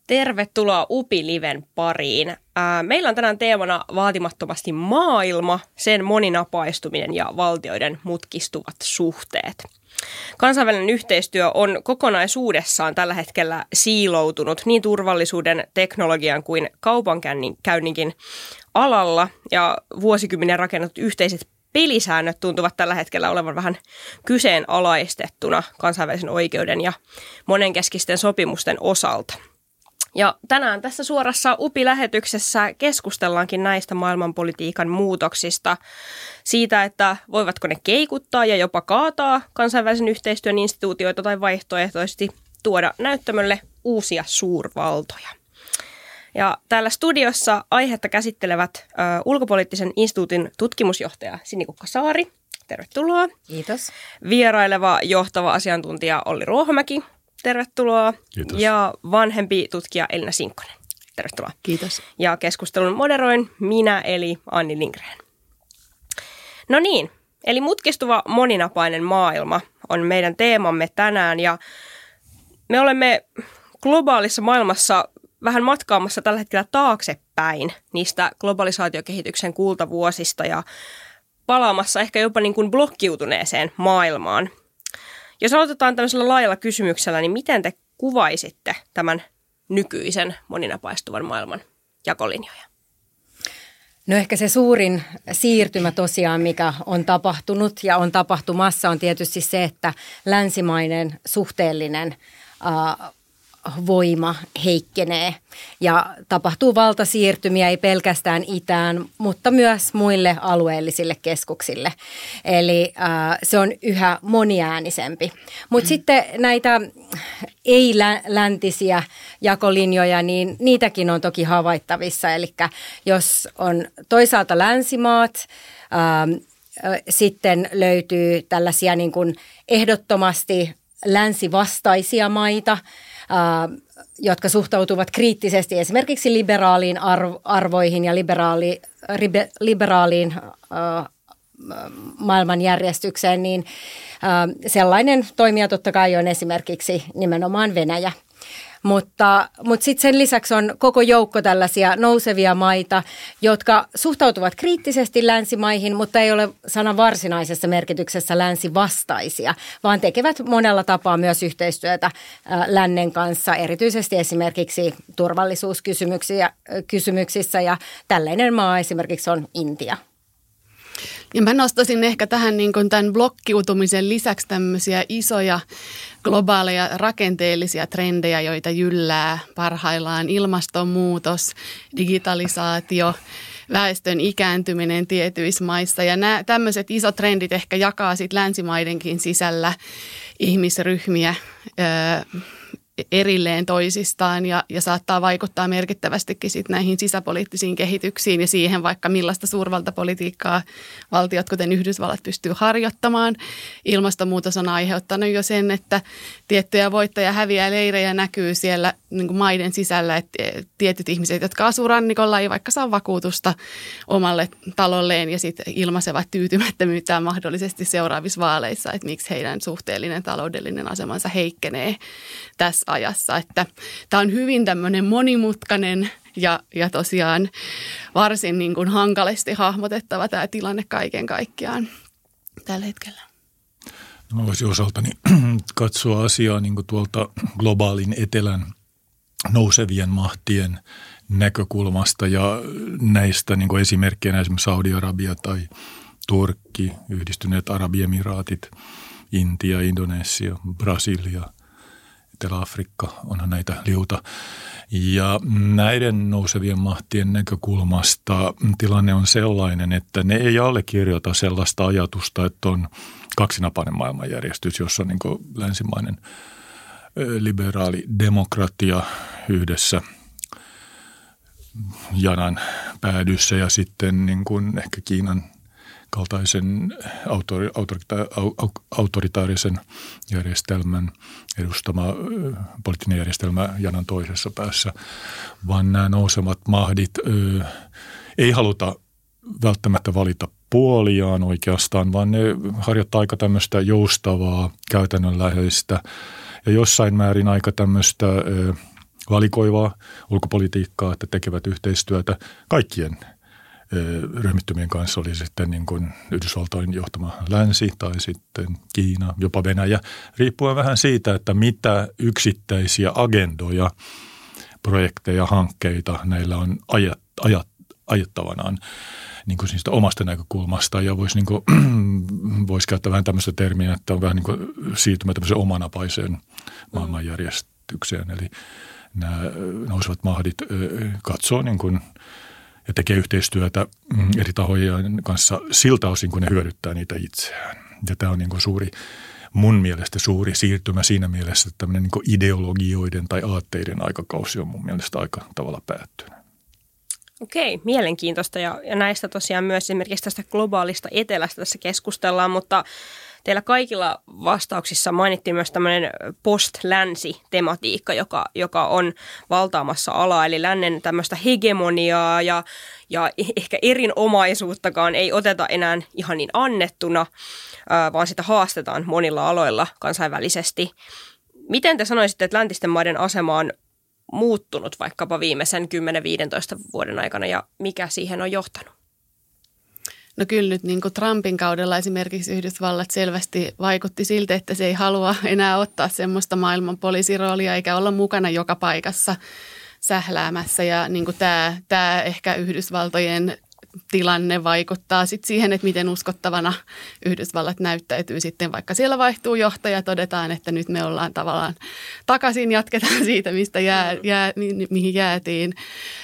Tervetuloa UPI-liven pariin. Meillä on tänään teemana vaatimattomasti maailma, sen moninapaistuminen ja valtioiden mutkistuvat suhteet. Kansainvälinen yhteistyö on kokonaisuudessaan tällä hetkellä siiloutunut niin turvallisuuden, teknologian kuin kaupankäynninkin alalla ja vuosikymmenen rakennetut yhteiset pelisäännöt tuntuvat tällä hetkellä olevan vähän kyseenalaistettuna kansainvälisen oikeuden ja monenkeskisten sopimusten osalta. Ja tänään tässä suorassa UPI-lähetyksessä keskustellaankin näistä maailmanpolitiikan muutoksista, siitä, että voivatko ne keikuttaa ja jopa kaataa kansainvälisen yhteistyön instituutioita tai vaihtoehtoisesti tuoda näyttämölle uusia suurvaltoja. Ja täällä studiossa aihetta käsittelevät ulkopoliittisen instituutin tutkimusjohtaja Sini Kukkasaari. Tervetuloa. Kiitos. Vieraileva johtava asiantuntija Olli Ruohomäki. Tervetuloa. Kiitos. Ja vanhempi tutkija Elina Sinkkonen. Tervetuloa. Kiitos. Ja keskustelun moderoin minä eli Anni Lindgren. No niin, eli mutkistuva moninapainen maailma on meidän teemamme tänään ja me olemme globaalissa maailmassa vähän matkaamassa tällä hetkellä taaksepäin niistä globalisaatiokehityksen kultavuosista ja palaamassa ehkä jopa niin kuin blokkiutuneeseen maailmaan. Jos aloitetaan tämmöisellä laajalla kysymyksellä, niin miten te kuvaisitte tämän nykyisen moninapaistuvan maailman jakolinjoja? No ehkä se suurin siirtymä tosiaan, mikä on tapahtunut ja on tapahtumassa, on tietysti se, että länsimainen suhteellinen voima heikkenee ja tapahtuu valtasiirtymiä ei pelkästään itään, mutta myös muille alueellisille keskuksille. Eli se on yhä moniäänisempi. Mutta sitten näitä ei-läntisiä jakolinjoja, niin niitäkin on toki havaittavissa. Eli jos on toisaalta länsimaat, sitten löytyy tällaisia niin kuin ehdottomasti länsivastaisia maita, jotka suhtautuvat kriittisesti esimerkiksi liberaaliin arvoihin ja liberaaliin maailmanjärjestykseen, niin sellainen toimija totta kai on esimerkiksi nimenomaan Venäjä. Mutta sitten sen lisäksi on koko joukko tällaisia nousevia maita, jotka suhtautuvat kriittisesti länsimaihin, mutta ei ole sanan varsinaisessa merkityksessä länsivastaisia, vaan tekevät monella tapaa myös yhteistyötä lännen kanssa, erityisesti esimerkiksi turvallisuuskysymyksissä ja tällainen maa esimerkiksi on Intia. Ja mä nostaisin ehkä tähän niin kuin tämän blokkiutumisen lisäksi tämmöisiä isoja globaaleja rakenteellisia trendejä, joita jyllää parhaillaan ilmastonmuutos, digitalisaatio, väestön ikääntyminen tietyissä maissa. Ja nämä tämmöiset isot trendit ehkä jakaa sitten länsimaidenkin sisällä ihmisryhmiä erilleen toisistaan ja saattaa vaikuttaa merkittävästikin sit näihin sisäpoliittisiin kehityksiin ja siihen vaikka millaista suurvaltapolitiikkaa valtiot, kuten Yhdysvallat, pystyy harjoittamaan. Ilmastonmuutos on aiheuttanut jo sen, että tiettyjä voittaja- ja häviäjäleirejä näkyy siellä niin kuin maiden sisällä, että tietyt ihmiset, jotka asuu rannikolla, ei vaikka saa vakuutusta omalle talolleen ja sitten ilmaisevat tyytymättömyyttään mahdollisesti seuraavissa vaaleissa, että miksi heidän suhteellinen taloudellinen asemansa heikkenee tässä ajassa, että tämä on hyvin tämmöinen monimutkainen ja tosiaan varsin niin kuin hankalasti hahmotettava tämä tilanne kaiken kaikkiaan tällä hetkellä. No, voisin osaltani katsoa asiaa niin kuin tuolta globaalin etelän nousevien mahtien näkökulmasta ja näistä niin kuin esimerkkeinä esimerkiksi Saudi-Arabia tai Turkki, Yhdistyneet Arabiemiraatit, Intia, Indonesia, Brasilia, Etelä-Afrikka, onhan näitä liuta. Ja näiden nousevien mahtien näkökulmasta tilanne on sellainen, että ne ei allekirjoita sellaista ajatusta, että on kaksinapainen maailmanjärjestys, jossa on niin kuin länsimainen liberaali demokratia yhdessä janan päädyssä ja sitten niin kuin ehkä Kiinan kaltaisen autoritaarisen järjestelmän edustama poliittinen järjestelmä janan toisessa päässä, vaan nämä nousevat mahdit ei haluta välttämättä valita puoliaan oikeastaan, vaan ne harjoittaa aika tämmöistä joustavaa, käytännönläheistä ja jossain määrin aika tämmöistä valikoivaa ulkopolitiikkaa, että tekevät yhteistyötä kaikkien ryhmittymien kanssa, oli sitten niin kuin Yhdysvaltain johtama länsi tai sitten Kiina, jopa Venäjä, riippuen vähän siitä, että mitä yksittäisiä agendoja, projekteja, hankkeita näillä on ajattavanaan niin kuin siitä omasta näkökulmasta ja voisi käyttää vähän tämmöistä termiä, että on vähän niin kuin siirtymä tämmöiseen omanapaiseen maailmanjärjestykseen. Eli nämä nousevat mahdit katsoo niin kuin ja tekee yhteistyötä eri tahojen kanssa siltä osin, kun ne hyödyttää niitä itseään. Ja tämä on niin kuin mun mielestä suuri siirtymä siinä mielessä, että tämmöinen niin kuin ideologioiden tai aatteiden aikakausi on mun mielestä aika tavalla päättynyt. Okei, mielenkiintoista ja näistä tosiaan myös esimerkiksi tästä globaalista etelästä tässä keskustellaan, mutta teillä kaikilla vastauksissa mainittiin myös tämmöinen post-länsi-tematiikka, joka on valtaamassa alaa, eli lännen tämmöistä hegemoniaa ja ehkä erinomaisuuttakaan ei oteta enää ihan niin annettuna, vaan sitä haastetaan monilla aloilla kansainvälisesti. Miten te sanoisitte, että läntisten maiden asema on muuttunut vaikkapa viimeisen 10-15 vuoden aikana ja mikä siihen on johtanut? No kyllä nyt niin kuin Trumpin kaudella esimerkiksi Yhdysvallat selvästi vaikutti siltä, että se ei halua enää ottaa semmoista maailman poliisiroolia eikä olla mukana joka paikassa sähläämässä. Ja niin kuin tämä ehkä Yhdysvaltojen tilanne vaikuttaa sitten siihen, että miten uskottavana Yhdysvallat näyttäytyy sitten, vaikka siellä vaihtuu johtaja, todetaan, että nyt me ollaan tavallaan takaisin, jatketaan siitä, mistä mihin jäätiin.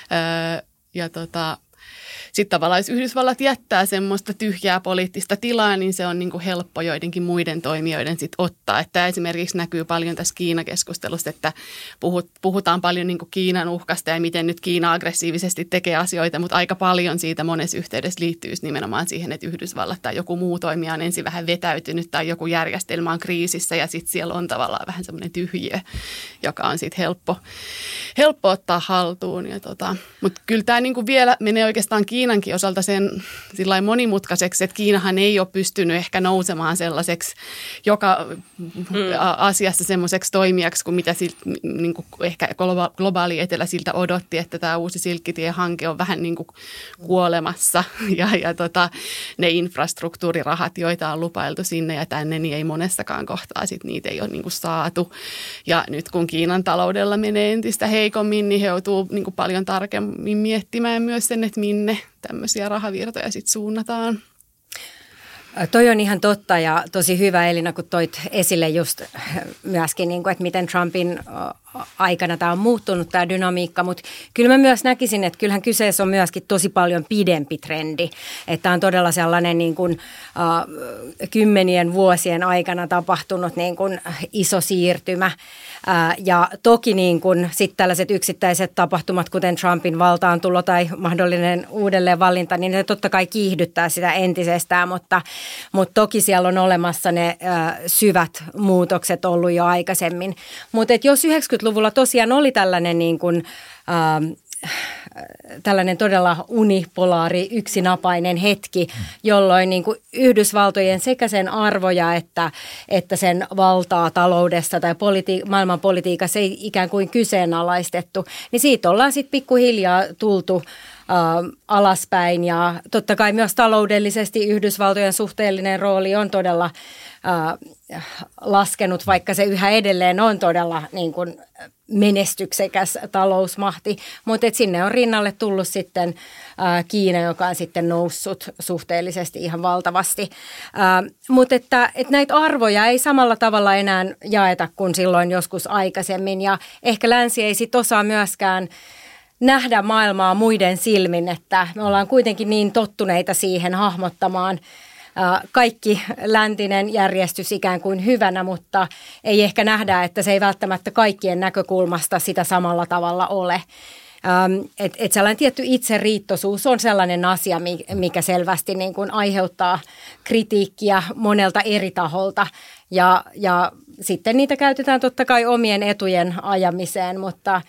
Sitten tavallaan, jos Yhdysvallat jättää semmoista tyhjää poliittista tilaa, niin se on niin kuin helppo joidenkin muiden toimijoiden sit ottaa. Että tämä esimerkiksi näkyy paljon tässä Kiina-keskustelussa, että puhutaan paljon niin kuin Kiinan uhkasta ja miten nyt Kiina aggressiivisesti tekee asioita, mutta aika paljon siitä monessa yhteydessä liittyy nimenomaan siihen, että Yhdysvallat tai joku muu toimija on ensin vähän vetäytynyt tai joku järjestelmä on kriisissä ja sitten siellä on tavallaan vähän semmoinen tyhjiö, joka on sitten helppo ottaa haltuun. Mutta kyllä tämä niin kuin vielä menee oikeastaan Kiinankin osalta sen sillain monimutkaiseksi, että Kiinahan ei ole pystynyt ehkä nousemaan sellaiseksi joka asiassa semmoiseksi toimijaksi kuin mitä niin kuin ehkä globaali etelä siltä odotti, että tämä uusi Silkkitie-hanke on vähän niin kuin kuolemassa ja ne infrastruktuurirahat, joita on lupailtu sinne ja tänne, niin ei monessakaan kohtaa niitä ei ole niin kuin saatu. Ja nyt kun Kiinan taloudella menee entistä heikommin, niin he joutuu niin kuin paljon tarkemmin miettimään myös sen, että minne tämmöisiä rahavirtoja sitten suunnataan. Toi on ihan totta ja tosi hyvä, Elina, kun toit esille just myöskin, että miten Trumpin aikana tämä on muuttunut, tämä dynamiikka, mutta kyllä mä myös näkisin, että kyllähän kyseessä on myöskin tosi paljon pidempi trendi, että tämä on todella sellainen niin kuin, kymmenien vuosien aikana tapahtunut niin kuin iso siirtymä. Ja toki niin kuin sit tällaiset yksittäiset tapahtumat, kuten Trumpin valtaantulo tai mahdollinen uudelleenvalinta, niin ne totta kai kiihdyttää sitä entisestään, mutta toki siellä on olemassa ne syvät muutokset ollut jo aikaisemmin. Mutta jos 90-luvulla tosiaan oli tällainen niin kuin, tällainen todella unipolaari, yksinapainen hetki, jolloin niin kuin Yhdysvaltojen sekä sen arvoja että sen valtaa taloudessa tai maailmanpolitiikassa ei ikään kuin kyseenalaistettu, niin siitä ollaan sitten pikkuhiljaa tultu alaspäin ja totta kai myös taloudellisesti Yhdysvaltojen suhteellinen rooli on todella laskenut, vaikka se yhä edelleen on todella niin kuin menestyksekäs talousmahti, mutta sinne on rinnalle tullut sitten Kiina, joka on sitten noussut suhteellisesti ihan valtavasti. Mutta että näitä arvoja ei samalla tavalla enää jaeta kuin silloin joskus aikaisemmin ja ehkä länsi ei sit osaa myöskään nähdä maailmaa muiden silmin, että me ollaan kuitenkin niin tottuneita siihen hahmottamaan kaikki läntinen järjestys ikään kuin hyvänä, mutta ei ehkä nähdä, että se ei välttämättä kaikkien näkökulmasta sitä samalla tavalla ole. Että sellainen tietty itseriittoisuus on sellainen asia, mikä selvästi niin kuin aiheuttaa kritiikkiä monelta eri taholta ja sitten niitä käytetään totta kai omien etujen ajamiseen, mutta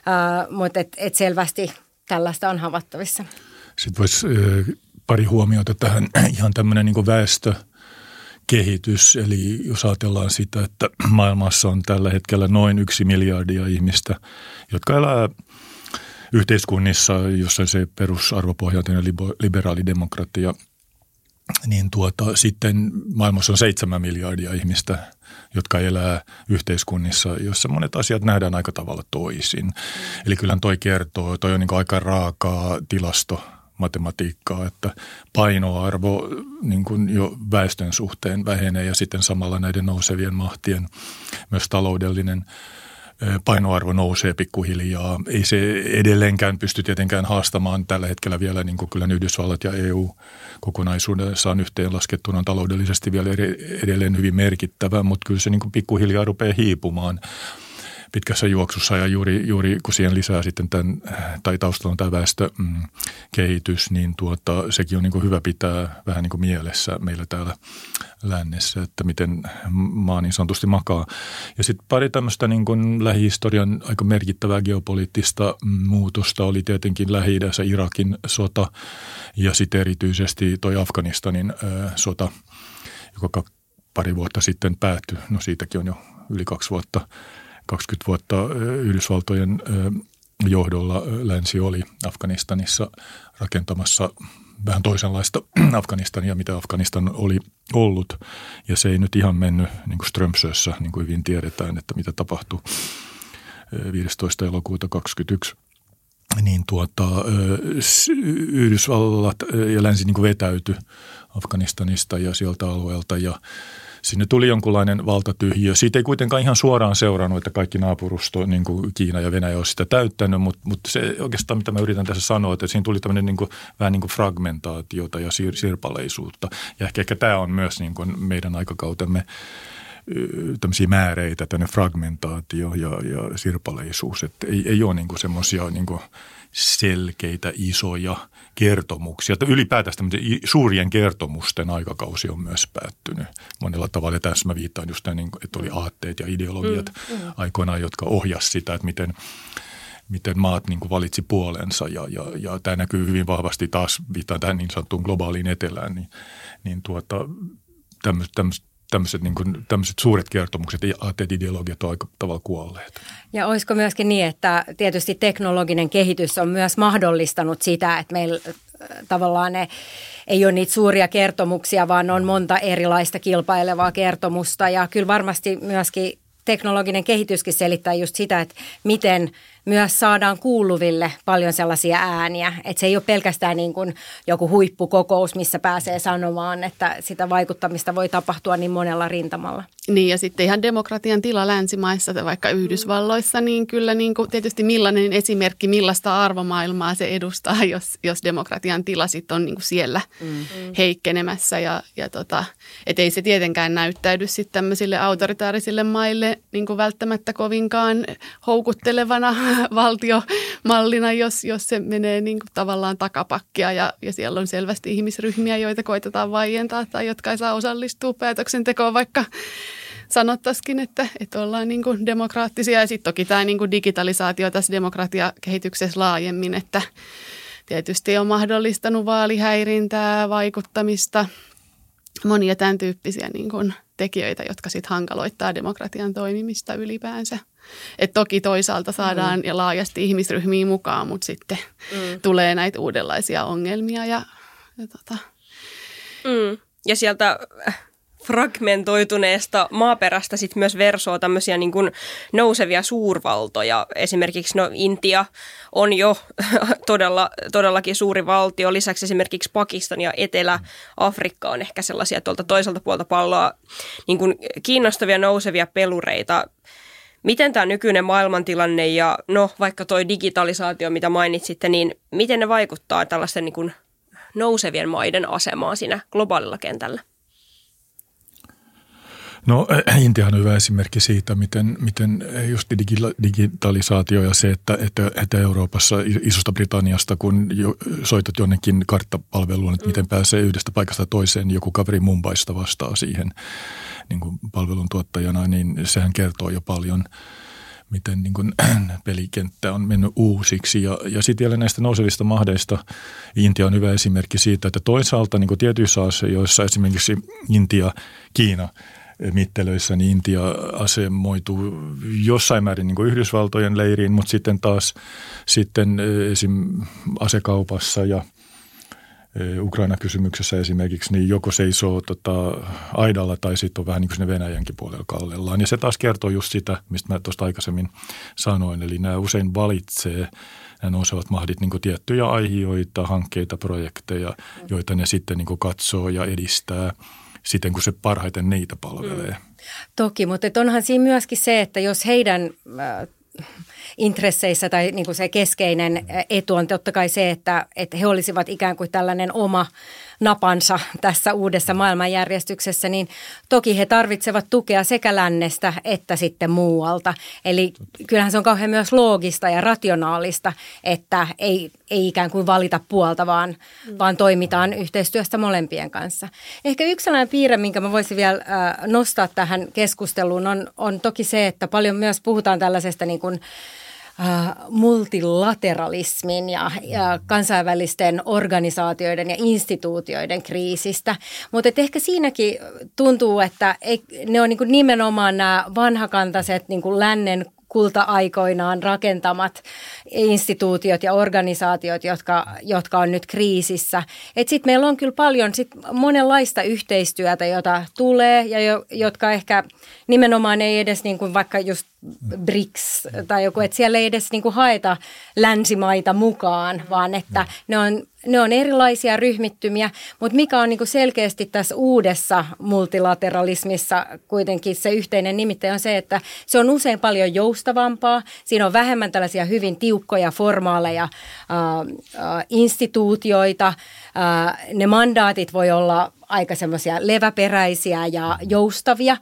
et selvästi tällaista on havaittavissa. Sitten voisi pari huomiota tähän ihan tämmöinen niin kuin väestökehitys kehitys. Eli jos ajatellaan sitä, että maailmassa on tällä hetkellä noin 1 miljardia ihmistä, jotka elää yhteiskunnissa, jossa se perusarvopohjainen liberaalidemokratia, niin sitten maailmassa on 7 miljardia ihmistä, jotka elää yhteiskunnissa, jossa monet asiat nähdään aika tavalla toisin. Eli kyllähän toi on niin kuin aika raakaa tilastomatematiikkaa, että painoarvo niin kuin jo väestön suhteen vähenee ja sitten samalla näiden nousevien mahtien myös taloudellinen painoarvo nousee pikkuhiljaa. Ei se edelleenkään pysty tietenkään haastamaan tällä hetkellä vielä, niin kuin kyllä Yhdysvallat ja EU kokonaisuudessaan yhteenlaskettuna on taloudellisesti vielä edelleen hyvin merkittävä, mutta kyllä se niin kuin pikkuhiljaa rupeaa hiipumaan pitkässä juoksussa ja juuri kun siihen lisää sitten tai taustalla on tämä väestökehitys, niin sekin on niin kuin hyvä pitää vähän niin kuin mielessä meillä täällä lännessä, että miten maa niin sanotusti makaa. Ja sitten pari tämmöistä niin kuin lähihistorian aika merkittävää geopoliittista muutosta oli tietenkin Lähi-idässä Irakin sota ja sitten erityisesti toi Afganistanin sota, joka pari vuotta sitten päättyi. No siitäkin on jo yli 20 vuotta Yhdysvaltojen johdolla länsi oli Afganistanissa rakentamassa vähän toisenlaista Afganistania, mitä Afganistan oli ollut. Ja se ei nyt ihan mennyt niin kuin Strömsössä, niin kuin hyvin tiedetään, että mitä tapahtui 15. elokuuta 2021. Niin Yhdysvallat ja länsi niin kuin vetäytyi Afganistanista ja sieltä alueelta ja sinne tuli jonkunlainen valtatyhjiö. Siitä ei kuitenkaan ihan suoraan seurannut, että kaikki naapurusto, niin kuin Kiina ja Venäjä, olisi sitä täyttänyt, mutta se oikeastaan, mitä mä yritän tässä sanoa, että siinä tuli tämmöinen niin kuin, vähän niin kuin fragmentaatiota ja sirpaleisuutta. Ja ehkä tämä on myös niin kuin meidän aikakautemme tämmöisiä määreitä, tämmöinen fragmentaatio ja sirpaleisuus. Että ei ole niin kuin semmoisia niin kuin selkeitä, isoja kertomuksia. Ylipäätään suurien kertomusten aikakausi on myös päättynyt monella tavalla. Ja tässä mä viittaan just näin, että oli aatteet ja ideologiat aikoinaan, jotka ohjasivat sitä, että miten maat niin kuin valitsi puolensa. Ja tämä näkyy hyvin vahvasti taas, viittaan tähän niin sanottuun globaaliin etelään, niin tämmöiset suuret kertomukset ja aatteet, ideologiat on aika tavalla kuolleet. Ja olisiko myöskin niin, että tietysti teknologinen kehitys on myös mahdollistanut sitä, että meillä tavallaan ne ei ole niitä suuria kertomuksia, vaan on monta erilaista kilpailevaa kertomusta. Ja kyllä varmasti myöskin teknologinen kehityskin selittää just sitä, että miten myös saadaan kuuluville paljon sellaisia ääniä. Että se ei ole pelkästään niin kuin joku huippukokous, missä pääsee sanomaan, että sitä vaikuttamista voi tapahtua niin monella rintamalla. Niin ja sitten ihan demokratian tila länsimaissa tai vaikka Yhdysvalloissa, niin kyllä niin kuin tietysti millainen esimerkki, millaista arvomaailmaa se edustaa, jos demokratian tila sitten on niin kuin siellä heikkenemässä. Että ei se tietenkään näyttäydy sitten tämmöisille autoritaarisille maille niin kuin välttämättä kovinkaan houkuttelevana valtiomallina, jos se menee niin kuin tavallaan takapakkia ja siellä on selvästi ihmisryhmiä, joita koitetaan vaientaa tai jotka ei saa osallistua päätöksentekoon, vaikka sanottaisikin, että ollaan niin kuin demokraattisia. Ja sitten toki tämä niin kuin digitalisaatio tässä demokratiakehityksessä laajemmin, että tietysti on mahdollistanut vaalihäirintää, vaikuttamista, monia tämän tyyppisiä niin kuin tekijöitä, jotka sitten hankaloittaa demokratian toimimista ylipäänsä. Et toki toisaalta saadaan ja laajasti ihmisryhmiä mukaan, mutta sitten tulee näitä uudenlaisia ongelmia. Ja sieltä fragmentoituneesta maaperästä sitten myös versoo tämmöisiä niin kuin nousevia suurvaltoja. Esimerkiksi Intia on jo todellakin suuri valtio. Lisäksi esimerkiksi Pakistan ja Etelä-Afrikka on ehkä sellaisia tuolta toiselta puolta palloa niin kuin kiinnostavia nousevia pelureita. Miten tämä nykyinen maailmantilanne ja vaikka toi digitalisaatio, mitä mainitsitte, niin miten ne vaikuttaa tällaisten niin kuin nousevien maiden asemaan siinä globaalilla kentällä? No Intiahan on hyvä esimerkki siitä, miten just digitalisaatio ja se, että Euroopassa Isosta Britanniasta, kun soitat jonnekin karttapalveluun, että miten pääsee yhdestä paikasta toiseen, joku kaveri Mumbaista vastaa siihen niin kuin palveluntuottajana, niin sehän kertoo jo paljon miten niin kuin pelikenttä on mennyt uusiksi. Ja sitten vielä näistä nousevista mahdeista Intia on hyvä esimerkki siitä, että toisaalta niin kuin tietyissä asioissa, esimerkiksi Intia-Kiina mittelöissä, niin Intia asemoituu jossain määrin niin kuin Yhdysvaltojen leiriin, mutta sitten taas esim. Asekaupassa ja Ukraina-kysymyksessä esimerkiksi, niin joko seisoo aidalla tai sitten on vähän niin kuin sinne Venäjänkin puolella kallellaan. Ja se taas kertoo just sitä, mistä mä tuosta aikaisemmin sanoin. Eli nämä usein valitsee, nämä nousevat mahdit niin kuin tiettyjä aiheita, hankkeita, projekteja, joita ne sitten niin kuin katsoo ja edistää siten, kun se parhaiten niitä palvelee. Toki, mutta onhan siinä myöskin se, että jos heidän intresseissä tai niin kuin se keskeinen etu on totta kai se, että he olisivat ikään kuin tällainen oma napansa tässä uudessa maailmanjärjestyksessä, niin toki he tarvitsevat tukea sekä lännestä että sitten muualta. Eli kyllähän se on kauhean myös loogista ja rationaalista, että ei ikään kuin valita puolta, vaan toimitaan yhteistyöstä molempien kanssa. Ehkä yksi sellainen piirre, minkä mä voisin vielä nostaa tähän keskusteluun, on toki se, että paljon myös puhutaan tällaisesta niin kuin multilateralismin ja kansainvälisten organisaatioiden ja instituutioiden kriisistä. Mutta ehkä siinäkin tuntuu, että ne on niinku nimenomaan nämä vanhakantaiset niinku lännen kulta-aikoinaan rakentamat instituutiot ja organisaatiot, jotka on nyt kriisissä. Sitten meillä on kyllä paljon monenlaista yhteistyötä, jota tulee ja jotka ehkä nimenomaan ei edes niin kuin vaikka just BRICS tai joku, että siellä ei edes niin kuin haeta länsimaita mukaan, vaan että ne on erilaisia ryhmittymiä, mutta mikä on niin kuin selkeästi tässä uudessa multilateralismissa kuitenkin se yhteinen nimittäjä on se, että se on usein paljon joustavampaa. Siinä on vähemmän tällaisia hyvin tiukkoja formaaleja instituutioita. Ne mandaatit voi olla aika semmoisia leväperäisiä ja joustavia.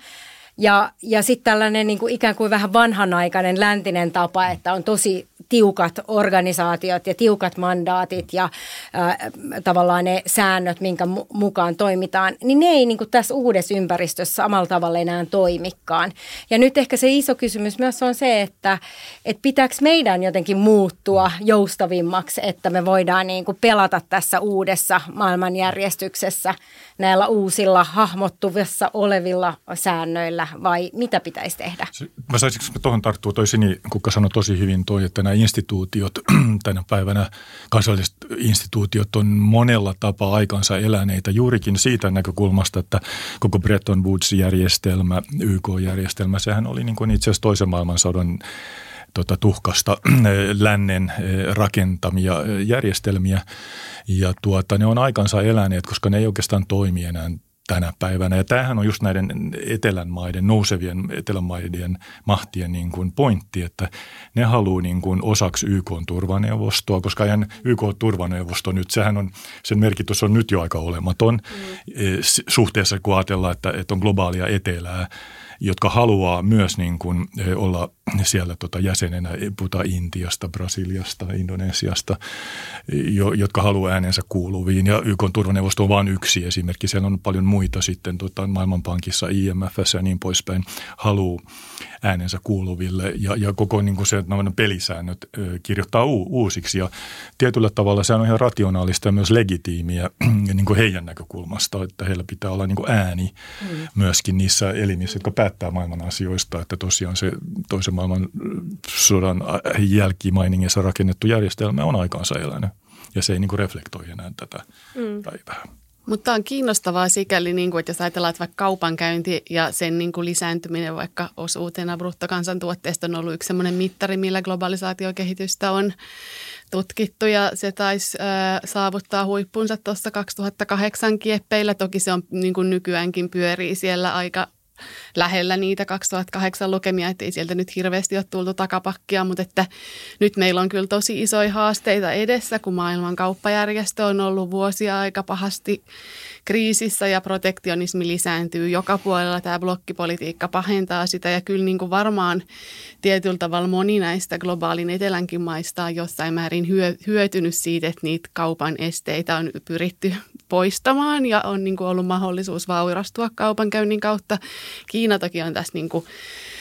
Ja sitten tällainen niin kuin ikään kuin vähän vanhanaikainen läntinen tapa, että on tosi tiukat organisaatiot ja tiukat mandaatit ja tavallaan ne säännöt, minkä mukaan toimitaan, niin ne ei niin kuin tässä uudessa ympäristössä samalla tavalla enää toimikaan. Ja nyt ehkä se iso kysymys myös on se, että pitääkö meidän jotenkin muuttua joustavimmaksi, että me voidaan niin kuin pelata tässä uudessa maailmanjärjestyksessä näillä uusilla hahmottuvissa olevilla säännöillä, vai mitä pitäisi tehdä? Mä saisinko tuohon tarttua, toi Sinikukka sanoi tosi hyvin että nämä instituutiot tänä päivänä, kansalliset instituutiot on monella tapaa aikansa eläneitä juurikin siitä näkökulmasta, että koko Bretton Woods-järjestelmä, YK-järjestelmä, sehän oli niin kuin itse asiassa toisen maailmansodan tuhkasta lännen rakentamia järjestelmiä ja ne on aikansa eläneet, koska ne ei oikeastaan toimi enää tänä päivänä. Ja tämähän on just näiden nousevien etelänmaiden mahtien niin kuin pointti, että ne haluaa niin kuin osaksi YK-turvaneuvostoa, koska YK-turvaneuvosto nyt, sen merkitys on nyt jo aika olematon suhteessa, kun ajatellaan, että on globaalia etelää, jotka haluaa myös niin kuin olla siellä jäsenenä, puhutaan Intiasta, Brasiliasta, Indonesiasta, jotka haluaa äänensä kuuluviin. Ja YK-turvaneuvosto on vain yksi esimerkki. Siellä on paljon muita sitten Maailmanpankissa, IMF:ssä ja niin poispäin, haluaa äänensä kuuluville. Ja koko niin kuin se pelisäännöt kirjoittaa uusiksi. Ja tietyllä tavalla se on ihan rationaalista ja myös legitiimiä niin kuin heidän näkökulmasta, että heillä pitää olla niin kuin ääni myöskin niissä elimissä, jotka päättää maailman asioista, että tosiaan se toisen maailman sodan jälkimainingeissa rakennettu järjestelmä on aikaansa elänyt ja se ei niin kuin reflektoi enää tätä päivää. Mutta on kiinnostavaa sikäli, niin kuin, että jos ajatellaan, että vaikka kaupankäynti ja sen niin kuin lisääntyminen vaikka osuutena bruttokansantuotteesta on ollut yksi sellainen mittari, millä globalisaatiokehitystä on tutkittu ja se taisi saavuttaa huippunsa tuossa 2008 kieppeillä. Toki se on niin kuin nykyäänkin pyörii siellä aika lähellä niitä 2008 lukemia, ettei sieltä nyt hirveästi ole tultu takapakkia, mutta että nyt meillä on kyllä tosi isoja haasteita edessä, kun maailman kauppajärjestö on ollut vuosia aika pahasti kriisissä ja protektionismi lisääntyy joka puolella. Tämä blokkipolitiikka pahentaa sitä ja kyllä niin kuin varmaan tietyllä tavalla moni näistä globaalin etelänkin maista on jossain määrin hyötynyt siitä, että niitä kaupan esteitä on pyritty poistamaan ja on niin kuin ollut mahdollisuus vaurastua kaupankäynnin kautta. Kiina toki on tässä niin kuin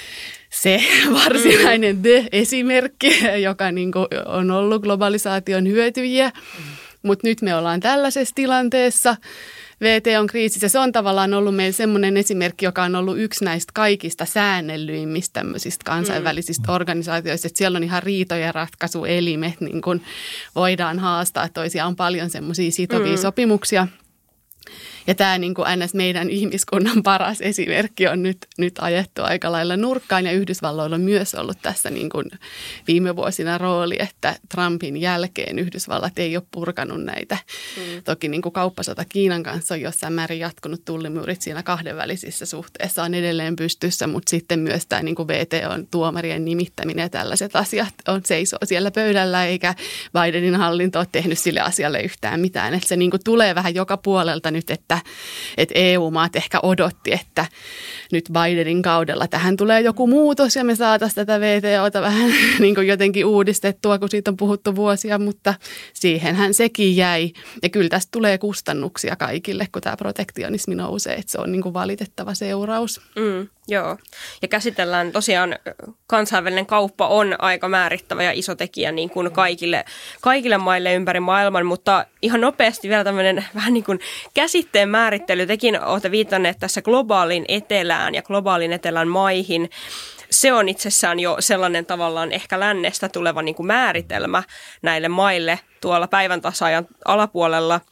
se varsinainen esimerkki, joka niin kuin on ollut globalisaation hyötyjiä. Mutta nyt me ollaan tällaisessa tilanteessa. VT on kriisissä. Se on tavallaan ollut meillä semmoinen esimerkki, joka on ollut yksi näistä kaikista säännellyimmistä tämmöisistä kansainvälisistä organisaatioista. Että siellä on ihan riitojen ratkaisuelimet, niin kun voidaan haastaa toisiaan. On paljon semmoisia sitovia sopimuksia. Ja tämä niin kuin ns. Meidän ihmiskunnan paras esimerkki on nyt ajettu aika lailla nurkkaan, ja Yhdysvalloilla on myös ollut tässä niin kuin viime vuosina rooli, että Trumpin jälkeen Yhdysvallat ei ole purkanut näitä. Toki niin kuin kauppasota Kiinan kanssa on jossain määrin jatkunut, tullimuurit siinä kahdenvälisissä suhteissa on edelleen pystyssä, mutta sitten myös tämä niin kuin VTO:n tuomarien nimittäminen ja tällaiset asiat seisoo siellä pöydällä, eikä Bidenin hallinto ole tehnyt sille asialle yhtään mitään. Että se niin kuin tulee vähän joka puolelta nyt, että EU-maat ehkä odotti, että nyt Bidenin kaudella tähän tulee joku muutos ja me saataisiin tätä VTOta vähän niin kuin jotenkin uudistettua, kun siitä on puhuttu vuosia, mutta siihenhän sekin jäi. Ja kyllä tästä tulee kustannuksia kaikille, kun tämä protektionismi nousee, että se on niin kuin valitettava seuraus. Joo, ja käsitellään tosiaan, kansainvälinen kauppa on aika määrittävä ja iso tekijä niin kuin kaikille maille ympäri maailman, mutta ihan nopeasti vielä tämmöinen vähän niin kuin käsitteen määrittely. Tekin olette viitanneet tässä globaalin etelään ja globaalin etelän maihin. Se on itsessään jo sellainen tavallaan ehkä lännestä tuleva niin kuin määritelmä näille maille tuolla päivän tasaajan alapuolella.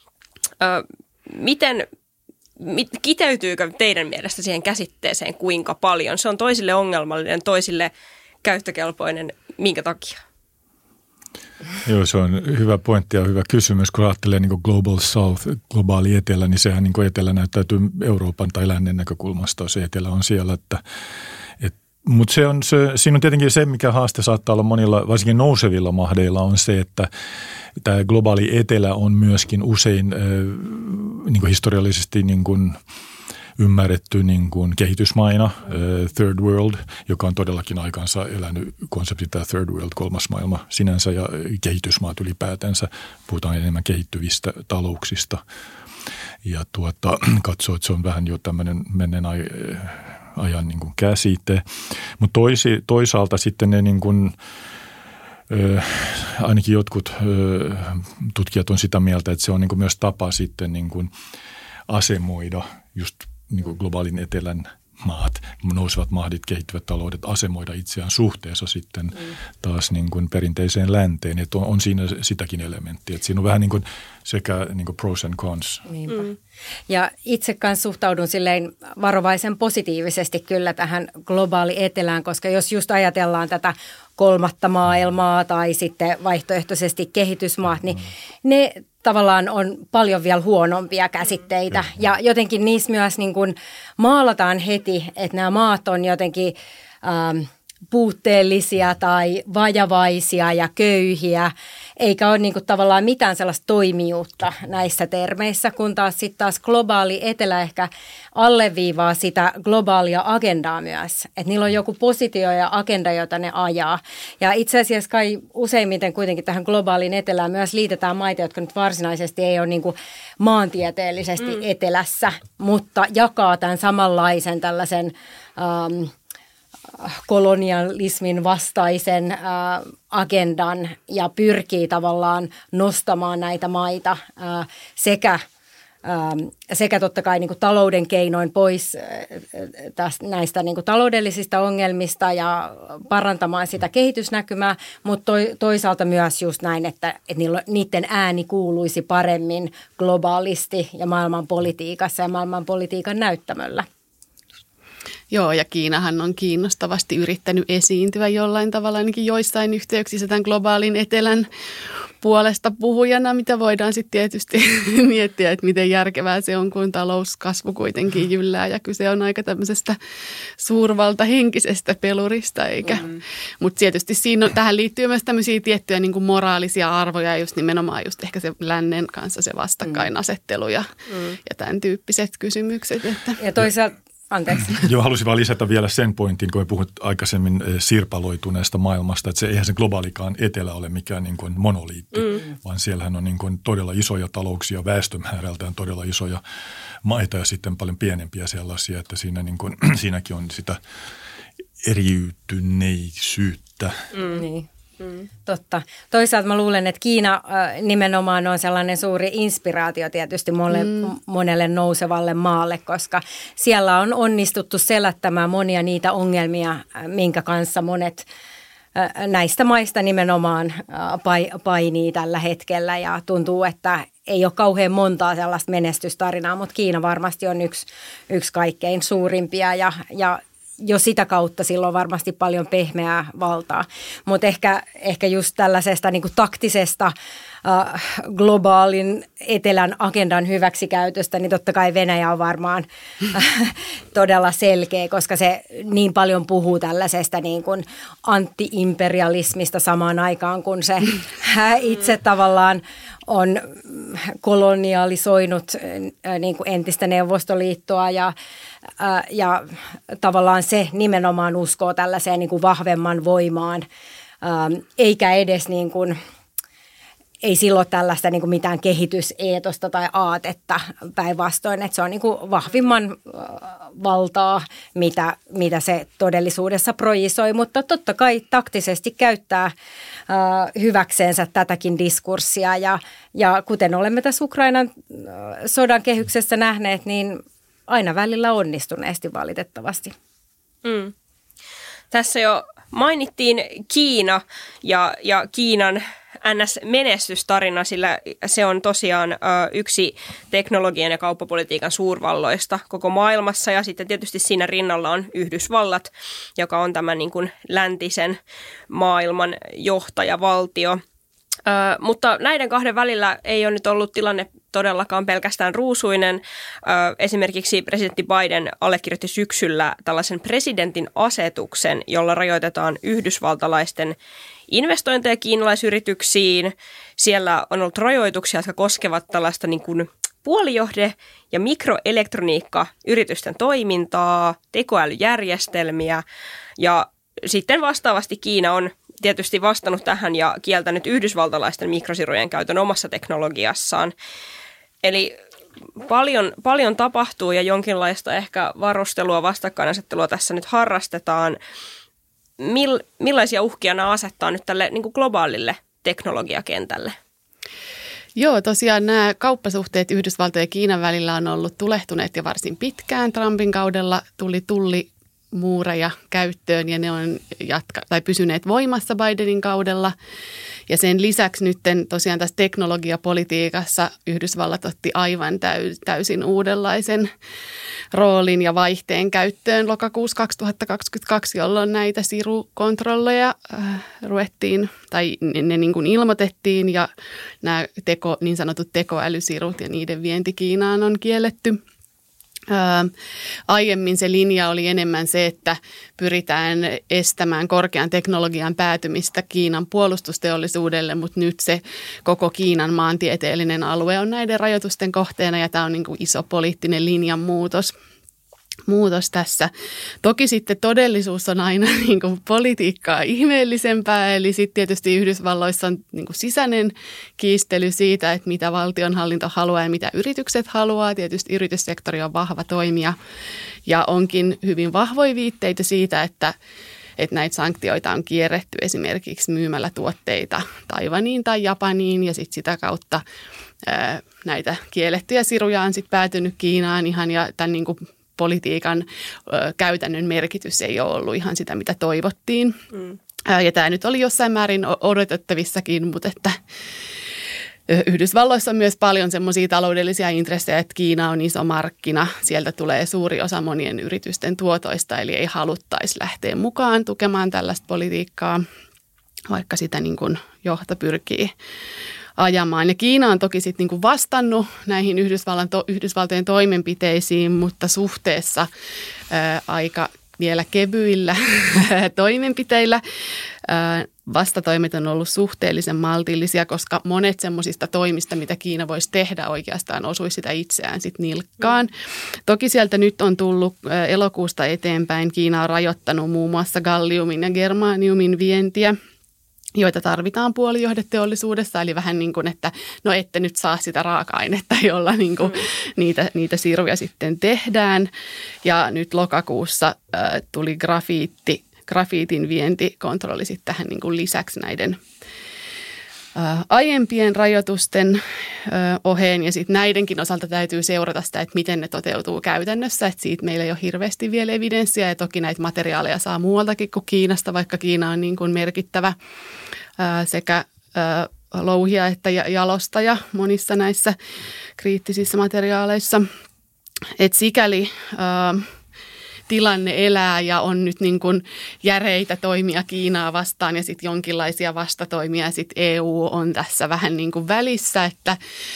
Kiteytyykö teidän mielestä siihen käsitteeseen kuinka paljon? Se on toisille ongelmallinen, toisille käyttökelpoinen. Minkä takia? Joo, se on hyvä pointti ja hyvä kysymys. Kun ajattelee niin kuin Global South, globaali etelä, niin sehän niin kuin etelä näyttäytyy Euroopan tai lännen näkökulmasta. Se etelä on siellä, mutta siinä on tietenkin se, mikä haaste saattaa olla monilla, varsinkin nousevilla mahdeilla, on se, että tämä globaali etelä on myöskin usein niin kuin historiallisesti niin kuin ymmärretty niin kuin kehitysmaina, third world, joka on todellakin aikansa elänyt konsepti tämä third world, kolmas maailma sinänsä, ja kehitysmaat ylipäätänsä, puhutaan enemmän kehittyvistä talouksista. Ja katsoo, että se on vähän jo tämmöinen menneen ajan niin kuin käsite, mutta toisaalta sitten ne niin kuin, ainakin jotkut tutkijat on sitä mieltä, että se on niin kuin myös tapa sitten niin kuin asemoida just niin kuin globaalin etelän maat, nousevat mahdit, kehittyvät taloudet, asemoida itseään suhteessa sitten taas niin kuin perinteiseen länteen. Että on siinä sitäkin elementtiä. Että siinä on vähän niin kuin sekä niin kuin pros and cons. Ja itse kanssa suhtaudun silleen varovaisen positiivisesti kyllä tähän globaali etelään, koska jos just ajatellaan tätä kolmatta maailmaa tai sitten vaihtoehtoisesti kehitysmaat, niin ne tavallaan on paljon vielä huonompia käsitteitä. Ja jotenkin niissä myös niin kuin maalataan heti, että nämä maat on jotenkin puutteellisia tai vajavaisia ja köyhiä, eikä ole niin kuin tavallaan mitään sellaista toimijuutta näissä termeissä, kun taas globaali etelä ehkä alleviivaa sitä globaalia agendaa myös. Että niillä on joku positio ja agenda, jota ne ajaa. Ja itse asiassa kai useimmiten kuitenkin tähän globaaliin etelään myös liitetään maita, jotka nyt varsinaisesti ei ole niin kuin maantieteellisesti etelässä, mutta jakaa tämän samanlaisen tällaisen kolonialismin vastaisen agendan ja pyrkii tavallaan nostamaan näitä maita sekä totta kai niin kuin talouden keinoin pois näistä niin kuin taloudellisista ongelmista ja parantamaan sitä kehitysnäkymää, mutta toisaalta myös just näin, että niiden ääni kuuluisi paremmin globaalisti ja maailmanpolitiikassa ja maailmanpolitiikan näyttämöllä. Joo, ja Kiinahan on kiinnostavasti yrittänyt esiintyä jollain tavalla ainakin joissain yhteyksissä tämän globaalin etelän puolesta puhujana, mitä voidaan sitten tietysti miettiä, että miten järkevää se on, kun talouskasvu kuitenkin jyllää ja kyse on aika tämmöisestä suurvaltahenkisestä pelurista, eikä. Mutta tietysti tähän liittyy myös tämmöisiä tiettyjä niin kuin moraalisia arvoja, just nimenomaan just ehkä se lännen kanssa se vastakkainasettelu ja tämän tyyppiset kysymykset. Että. Ja toisaalta anteeksi. Joo, halusin vaan lisätä vielä sen pointin, kun me puhut aikaisemmin sirpaloituneesta maailmasta, että eihän se globaalikaan etelä ole mikään niin kuin monoliitti, vaan siellähän on niin kuin todella isoja talouksia, väestömäärältään todella isoja maita ja sitten paljon pienempiä sellaisia, että siinä niin kuin, siinäkin on sitä eriytyneisyyttä. Niin. Totta. Toisaalta mä luulen, että Kiina nimenomaan on sellainen suuri inspiraatio tietysti monelle nousevalle maalle, koska siellä on onnistuttu selättämään monia niitä ongelmia, minkä kanssa monet näistä maista nimenomaan painii tällä hetkellä ja tuntuu, että ei ole kauhean montaa sellaista menestystarinaa, mutta Kiina varmasti on yksi kaikkein suurimpia ja jo sitä kautta sillä on varmasti paljon pehmeää valtaa, mutta ehkä just tällaisesta niin kuin taktisesta globaalin etelän agendan hyväksikäytöstä, niin totta kai Venäjä on varmaan todella selkeä, koska se niin paljon puhuu tällaisesta niin kuin anti-imperialismista samaan aikaan, kun se itse tavallaan on kolonialisoinut niin kuin entistä Neuvostoliittoa ja tavallaan se nimenomaan uskoo tällaiseen niin kuin vahvemman voimaan, eikä edes niin kuin, ei silloin tällaista niin kuin mitään kehityseetosta tai aatetta päinvastoin, että se on niin kuin vahvimman valtaa, mitä se todellisuudessa projisoi, mutta totta kai taktisesti käyttää hyväkseensä tätäkin diskurssia ja kuten olemme tässä Ukrainan sodan kehyksessä nähneet, niin aina välillä onnistuneesti valitettavasti. Tässä jo mainittiin Kiina ja Kiinan NS-menestystarina, sillä se on tosiaan yksi teknologian ja kauppapolitiikan suurvalloista koko maailmassa. Ja sitten tietysti siinä rinnalla on Yhdysvallat, joka on tämän niin kuin läntisen maailman johtajavaltio. Mutta näiden kahden välillä ei ole nyt ollut tilanne todellakaan pelkästään ruusuinen. Esimerkiksi presidentti Biden allekirjoitti syksyllä tällaisen presidentin asetuksen, jolla rajoitetaan yhdysvaltalaisten investointeja kiinalaisyrityksiin. Siellä on ollut rajoituksia, jotka koskevat tällaista niin kuin puolijohde- ja mikroelektroniikka-yritysten toimintaa, tekoälyjärjestelmiä ja sitten vastaavasti Kiina on tietysti vastannut tähän ja kieltänyt yhdysvaltalaisten mikrosirujen käytön omassa teknologiassaan. Eli paljon tapahtuu ja jonkinlaista ehkä varustelua, vastakkainasettelua tässä nyt harrastetaan. Millaisia uhkia nämä asettaa nyt tälle niin kuin globaalille teknologiakentälle? Joo, tosiaan nämä kauppasuhteet Yhdysvaltojen ja Kiinan välillä on ollut tulehtuneet jo varsin pitkään. Trumpin kaudella tuli tullimuureja käyttöön ja ne on pysyneet voimassa Bidenin kaudella. Ja sen lisäksi nyt tosiaan tässä teknologiapolitiikassa Yhdysvallat otti aivan täysin uudenlaisen roolin ja vaihteen käyttöön lokakuussa 2022, jolloin näitä sirukontrolleja ruvettiin tai ne niin kuin ilmoitettiin ja nämä niin sanotut tekoälysirut ja niiden vienti Kiinaan on kielletty. Aiemmin se linja oli enemmän se, että pyritään estämään korkean teknologian päätymistä Kiinan puolustusteollisuudelle, mutta nyt se koko Kiinan maantieteellinen alue on näiden rajoitusten kohteena ja tämä on niin kuin iso poliittinen linjanmuutos tässä. Toki sitten todellisuus on aina niin kuin politiikkaa ihmeellisempää, eli sitten tietysti Yhdysvalloissa on niin kuin sisäinen kiistely siitä, että mitä valtionhallinto haluaa ja mitä yritykset haluaa. Tietysti yrityssektori on vahva toimija ja onkin hyvin vahvoja viitteitä siitä, että näitä sanktioita on kierretty esimerkiksi myymällä tuotteita Taiwaniin tai Japaniin ja sitten sitä kautta näitä kiellettyjä siruja on sitten päätynyt Kiinaan ihan ja tämän niin kuin politiikan käytännön merkitys ei ole ollut ihan sitä, mitä toivottiin. Ja tämä nyt oli jossain määrin odotettavissakin, mutta että Yhdysvalloissa on myös paljon semmoisia taloudellisia intressejä, että Kiina on iso markkina. Sieltä tulee suuri osa monien yritysten tuotoista, eli ei haluttaisi lähteä mukaan tukemaan tällaista politiikkaa, vaikka sitä niin kuin johto pyrkii ajamaan. Ja Kiina on toki sitten niinku vastannut näihin Yhdysvaltojen toimenpiteisiin, mutta suhteessa aika vielä kevyillä toimenpiteillä. Vastatoimet on ollut suhteellisen maltillisia, koska monet semmoisista toimista, mitä Kiina voisi tehdä, oikeastaan osuisi sitä itseään sitten nilkkaan. Toki sieltä nyt on tullut elokuusta eteenpäin. Kiina on rajoittanut muun muassa galliumin ja germaniumin vientiä, joita tarvitaan puolijohdeteollisuudessa, eli vähän niin kuin, että no ette nyt saa sitä raaka-ainetta, jolla niin kuin niitä siruja sitten tehdään. Ja nyt lokakuussa tuli grafiitti grafiitin vientikontrolli sitten tähän niin kuin lisäksi näiden aiempien rajoitusten oheen, ja sitten näidenkin osalta täytyy seurata sitä, että miten ne toteutuu käytännössä, että siitä meillä ei ole hirveästi vielä evidenssiä, ja toki näitä materiaaleja saa muualtakin kuin Kiinasta, vaikka Kiina on niin kuin merkittävä sekä louhija että jalostaja monissa näissä kriittisissä materiaaleissa. Et sikäli tilanne elää ja on nyt niin kuin järeitä toimia Kiinaa vastaan ja sitten jonkinlaisia vastatoimia. Ja sitten EU on tässä vähän niin kuin välissä, että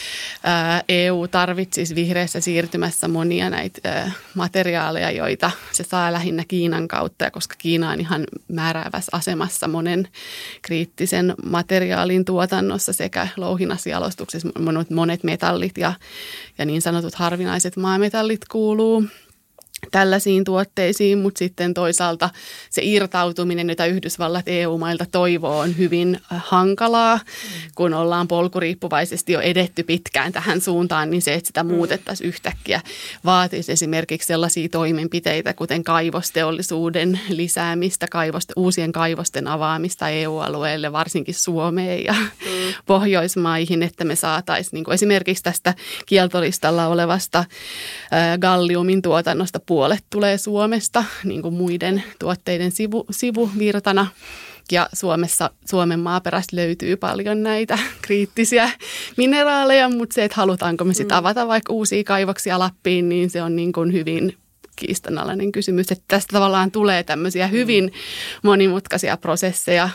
EU tarvitsisi vihreässä siirtymässä monia näitä materiaaleja, joita se saa lähinnä Kiinan kautta. Ja koska Kiina on ihan määräävässä asemassa monen kriittisen materiaalin tuotannossa sekä louhinnassa, jalostuksessa, monet metallit ja niin sanotut harvinaiset maametallit kuuluu tällaisiin tuotteisiin, mutta sitten toisaalta se irtautuminen, jota Yhdysvallat EU-mailta toivoo, on hyvin hankalaa. Kun ollaan polkuriippuvaisesti jo edetty pitkään tähän suuntaan, niin se, että sitä muutettaisiin yhtäkkiä, vaatisi esimerkiksi sellaisia toimenpiteitä, kuten kaivosteollisuuden lisäämistä, uusien kaivosten avaamista EU-alueelle, varsinkin Suomeen ja Pohjoismaihin, että me saataisiin niin kuin esimerkiksi tästä kieltolistalla olevasta galliumin tuotannosta puolet tulee Suomesta niin kuin muiden tuotteiden sivuvirtana. Ja Suomen maaperästä löytyy paljon näitä kriittisiä mineraaleja, mutta se, että halutaanko me sitten avata vaikka uusia kaivoksia Lappiin, niin se on niin kuin hyvin kiistanalainen kysymys. Että tästä tavallaan tulee tämmöisiä hyvin monimutkaisia prosesseja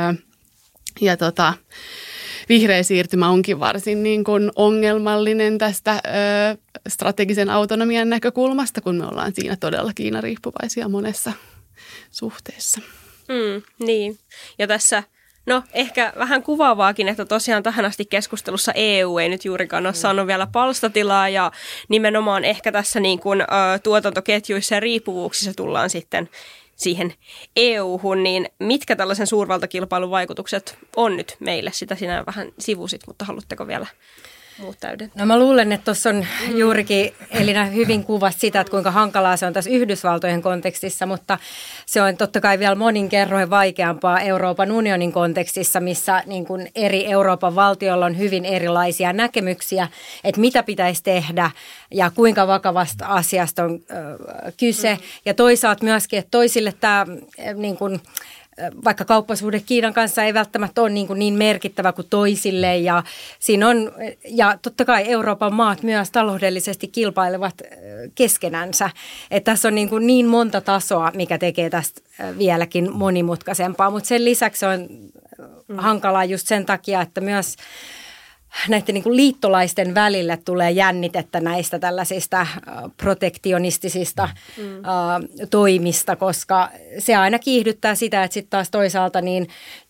ja vihreä siirtymä onkin varsin niin kuin ongelmallinen tästä strategisen autonomian näkökulmasta, kun me ollaan siinä todella Kiina-riippuvaisia monessa suhteessa. Niin, ja tässä ehkä vähän kuvaavaakin, että tosiaan tähän asti keskustelussa EU ei nyt juurikaan ole saanut vielä palstatilaa, ja nimenomaan ehkä tässä niin kuin tuotantoketjuissa ja riippuvuuksissa tullaan sitten siihen EU-hun, niin mitkä tällaisen suurvaltakilpailun vaikutukset on nyt meille? Sitä sinä vähän sivusit, mutta haluatteko vielä muut täydentää? No mä luulen, että tuossa on juurikin Elina hyvin kuvasi sitä, että kuinka hankalaa se on tässä Yhdysvaltojen kontekstissa, mutta se on totta kai vielä monin kerroin vaikeampaa Euroopan unionin kontekstissa, missä niin kuin eri Euroopan valtioilla on hyvin erilaisia näkemyksiä, että mitä pitäisi tehdä ja kuinka vakavasta asiasta on kyse. Ja toisaalta myöskin, että toisille tämä niin kuin vaikka kauppasuhde Kiinan kanssa ei välttämättä ole niin merkittävä kuin toisille ja siinä on, ja totta kai Euroopan maat myös taloudellisesti kilpailevat keskenänsä, että tässä on niin monta tasoa, mikä tekee tästä vieläkin monimutkaisempaa, mutta sen lisäksi on hankalaa just sen takia, että myös näiden niin kuin liittolaisten välille tulee jännitettä näistä tällaisista protektionistisista toimista, koska se aina kiihdyttää sitä, että sitten taas toisaalta niin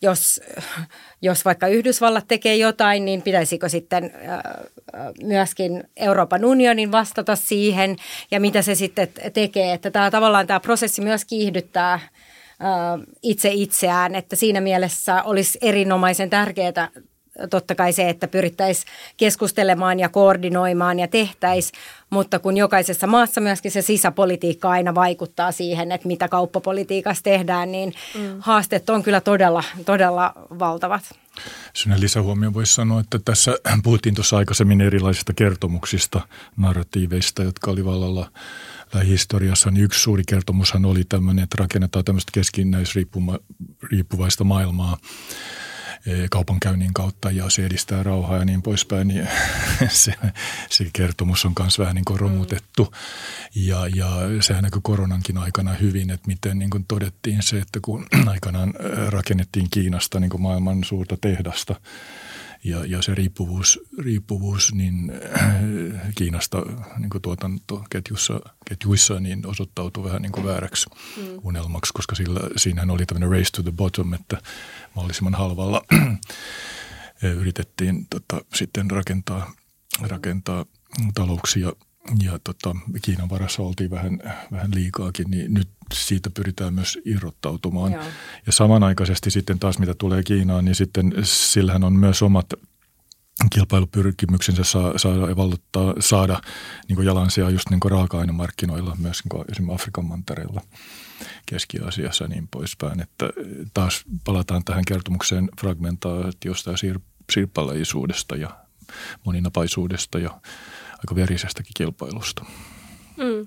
jos vaikka Yhdysvallat tekee jotain, niin pitäisikö sitten myöskin Euroopan unionin vastata siihen ja mitä se sitten tekee, että tämä prosessi myös kiihdyttää itse itseään, että siinä mielessä olisi erinomaisen tärkeää totta kai se, että pyrittäisiin keskustelemaan ja koordinoimaan ja tehtäisiin, mutta kun jokaisessa maassa myöskin se sisäpolitiikka aina vaikuttaa siihen, että mitä kauppapolitiikassa tehdään, niin haasteet on kyllä todella, todella valtavat. Sinä lisähuomioon voisi sanoa, että tässä puhuttiin tuossa aikaisemmin erilaisista kertomuksista, narratiiveista, jotka oli vallalla lähihistoriassa, niin yksi suuri kertomushan oli tämmöinen, että rakennetaan tämmöistä keskinäisriippuvaista maailmaa kaupankäynnin kautta ja se edistää rauhaa ja niin poispäin, niin se kertomus on myös vähän niin kuin romutettu. Ja sehän näkyi koronankin aikana hyvin, että miten niin kuin todettiin se, että kun aikanaan rakennettiin Kiinasta niin kuin maailman suurta tehdasta, ja se riippuvuus niin Kiinasta niin kuin tuotantoketjuissa niin osoittautui vähän niin kuin vääräksi unelmaksi, koska siinähän oli tämmöinen race to the bottom, että mahdollisimman halvalla yritettiin sitten rakentaa talouksia ja Kiinan varassa oltiin vähän liikaakin, niin nyt siitä pyritään myös irrottautumaan. Joo. Ja samanaikaisesti sitten taas mitä tulee Kiinaan, niin sitten sillähän on myös omat kilpailupyrkimyksensä saada niin jalansijaa just niin raaka-ainemarkkinoilla, myös niin esimerkiksi Afrikan mantereella, Keski-Aasiassa ja niin poispäin. Että taas palataan tähän kertomukseen fragmentaatiosta ja sirpaleisuudesta ja moninapaisuudesta ja aika verisestäkin kilpailusta. Mm.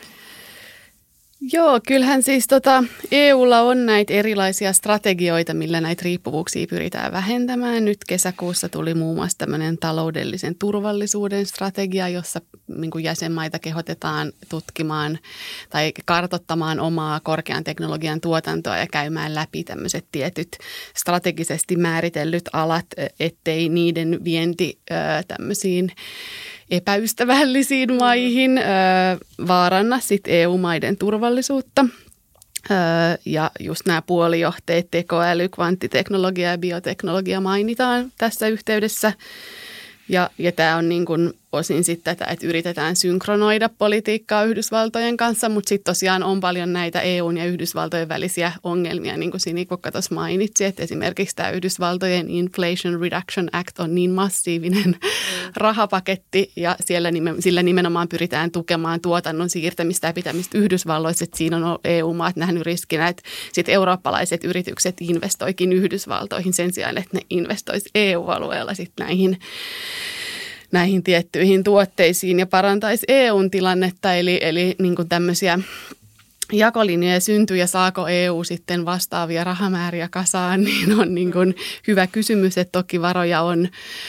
Joo, kyllähän siis EUlla on näitä erilaisia strategioita, millä näitä riippuvuuksia pyritään vähentämään. Nyt kesäkuussa tuli muun muassa tämmöinen taloudellisen turvallisuuden strategia, jossa niin kuin jäsenmaita kehotetaan tutkimaan tai kartoittamaan omaa korkean teknologian tuotantoa ja käymään läpi tämmöiset tietyt strategisesti määritellyt alat, ettei niiden vienti tämmöisiin epäystävällisiin maihin vaaranna sit EU-maiden turvallisuutta. Ja just nämä puolijohteet, tekoäly, kvanttiteknologia ja bioteknologia mainitaan tässä yhteydessä. Ja tämä on niin kuin osin sitten tätä, että yritetään synkronoida politiikkaa Yhdysvaltojen kanssa, mutta sitten tosiaan on paljon näitä EUn ja Yhdysvaltojen välisiä ongelmia, niin kuin Sinikokka tuossa mainitsi, että esimerkiksi tämä Yhdysvaltojen Inflation Reduction Act on niin massiivinen rahapaketti ja sillä nimenomaan pyritään tukemaan tuotannon siirtämistä ja pitämistä Yhdysvalloissa, että siinä on EU-maat nähnyt riskinä, että sitten eurooppalaiset yritykset investoikin Yhdysvaltoihin sen sijaan, että ne investoisi EU-alueella sitten näihin tiettyihin tuotteisiin ja parantaisi EUn tilannetta, eli niin kuin tämmöisiä jakolinjoja syntyy ja saako EU sitten vastaavia rahamääriä kasaan, niin on niin kuin hyvä kysymys, että toki varoja on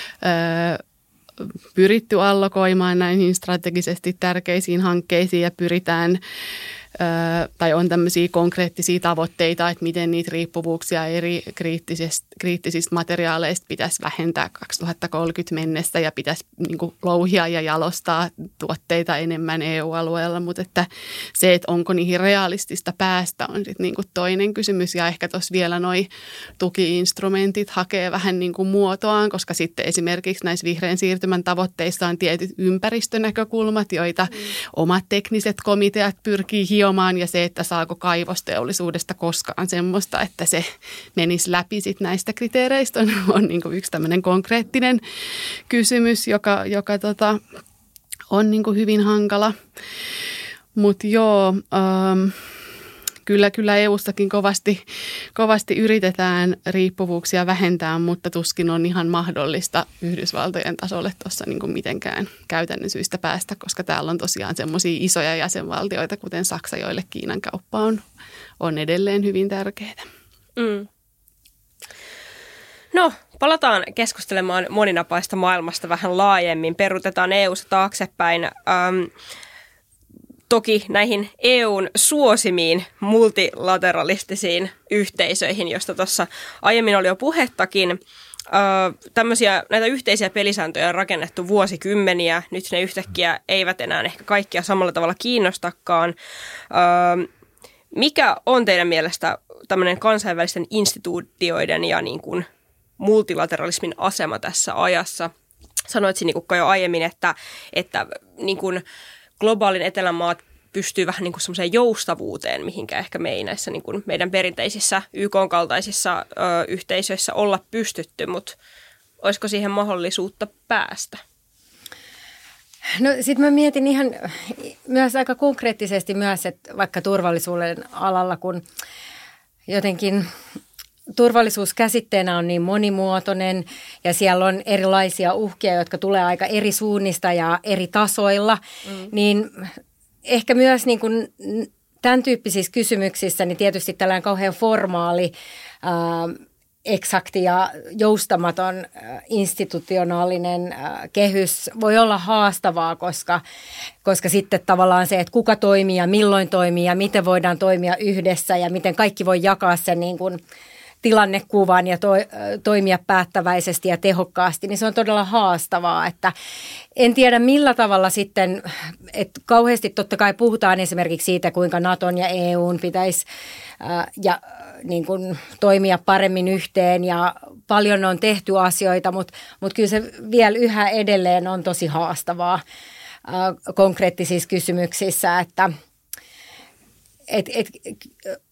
pyritty allokoimaan näihin strategisesti tärkeisiin hankkeisiin ja pyritään tai on tämmöisiä konkreettisia tavoitteita, että miten niitä riippuvuuksia eri kriittisistä materiaaleista pitäisi vähentää 2030 mennessä ja pitäisi niin kuin louhia ja jalostaa tuotteita enemmän EU-alueella, mutta että se, että onko niihin realistista päästä, on sitten niin kuin toinen kysymys ja ehkä tuossa vielä noi tuki-instrumentit hakee vähän niin kuin muotoaan, koska sitten esimerkiksi näissä vihreän siirtymän tavoitteissa on tietyt ympäristönäkökulmat, joita omat tekniset komiteat pyrkii hiomaan ja se, että saako kaivosteollisuudesta koskaan semmoista, että se menisi läpi sit näistä kriteereistä on niin kuin yksi tämmöinen konkreettinen kysymys, joka on niin kuin hyvin hankala. Mutta joo, kyllä EU:stakin kovasti yritetään riippuvuuksia vähentää, mutta tuskin on ihan mahdollista Yhdysvaltojen tasolle tuossa niin kuin mitenkään käytännön syistä päästä, koska täällä on tosiaan semmoisia isoja jäsenvaltioita, kuten Saksa, joille Kiinan kauppa on edelleen hyvin tärkeää. Mm. No, palataan keskustelemaan moninapaista maailmasta vähän laajemmin. Perutetaan EU:ssa taaksepäin. Toki näihin EUn suosimiin multilateralistisiin yhteisöihin, josta tuossa aiemmin oli jo puhettakin. Näitä yhteisiä pelisääntöjä on rakennettu vuosikymmeniä. Nyt ne yhtäkkiä eivät enää ehkä kaikkia samalla tavalla kiinnostakaan. Mikä on teidän mielestä tämmöinen kansainvälisten instituutioiden ja niin kuin multilateralismin asema tässä ajassa? Sanoit Sinikukka jo aiemmin, että niin kuin globaalin etelän maat pystyy vähän niin kuin semmoiseen joustavuuteen, mihinkä ehkä me ei näissä niin kuin meidän perinteisissä YK-kaltaisissa yhteisöissä olla pystytty, mutta olisiko siihen mahdollisuutta päästä? No sitten mä mietin ihan myös aika konkreettisesti myös, että vaikka turvallisuuden alalla, kun jotenkin turvallisuuskäsitteenä on niin monimuotoinen ja siellä on erilaisia uhkia, jotka tulee aika eri suunnista ja eri tasoilla, niin ehkä myös niin kuin tämän tyyppisissä kysymyksissä niin tietysti tällainen kauhean formaali, eksakti ja joustamaton institutionaalinen kehys voi olla haastavaa, koska sitten tavallaan se, että kuka toimii ja milloin toimii ja miten voidaan toimia yhdessä ja miten kaikki voi jakaa sen niin kuin tilannekuvan ja toimia päättäväisesti ja tehokkaasti, niin se on todella haastavaa, että en tiedä millä tavalla sitten, että kauheasti totta kai puhutaan esimerkiksi siitä, kuinka Naton ja EUn pitäisi niin kuin toimia paremmin yhteen ja paljon on tehty asioita, mutta kyllä se vielä yhä edelleen on tosi haastavaa konkreettisissa kysymyksissä, että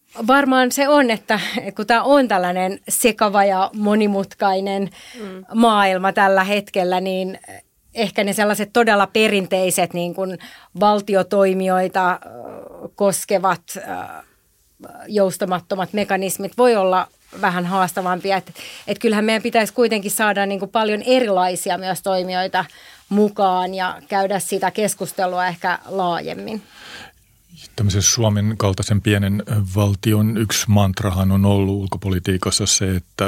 varmaan se on, että kun tämä on tällainen sekava ja monimutkainen maailma tällä hetkellä, niin ehkä ne sellaiset todella perinteiset niin kuin valtiotoimijoita koskevat joustamattomat mekanismit voi olla vähän haastavampia. Että kyllähän meidän pitäisi kuitenkin saada niin kuin paljon erilaisia myös toimijoita mukaan ja käydä sitä keskustelua ehkä laajemmin. Tämmöisen Suomen kaltaisen pienen valtion yksi mantrahan on ollut ulkopolitiikassa se, että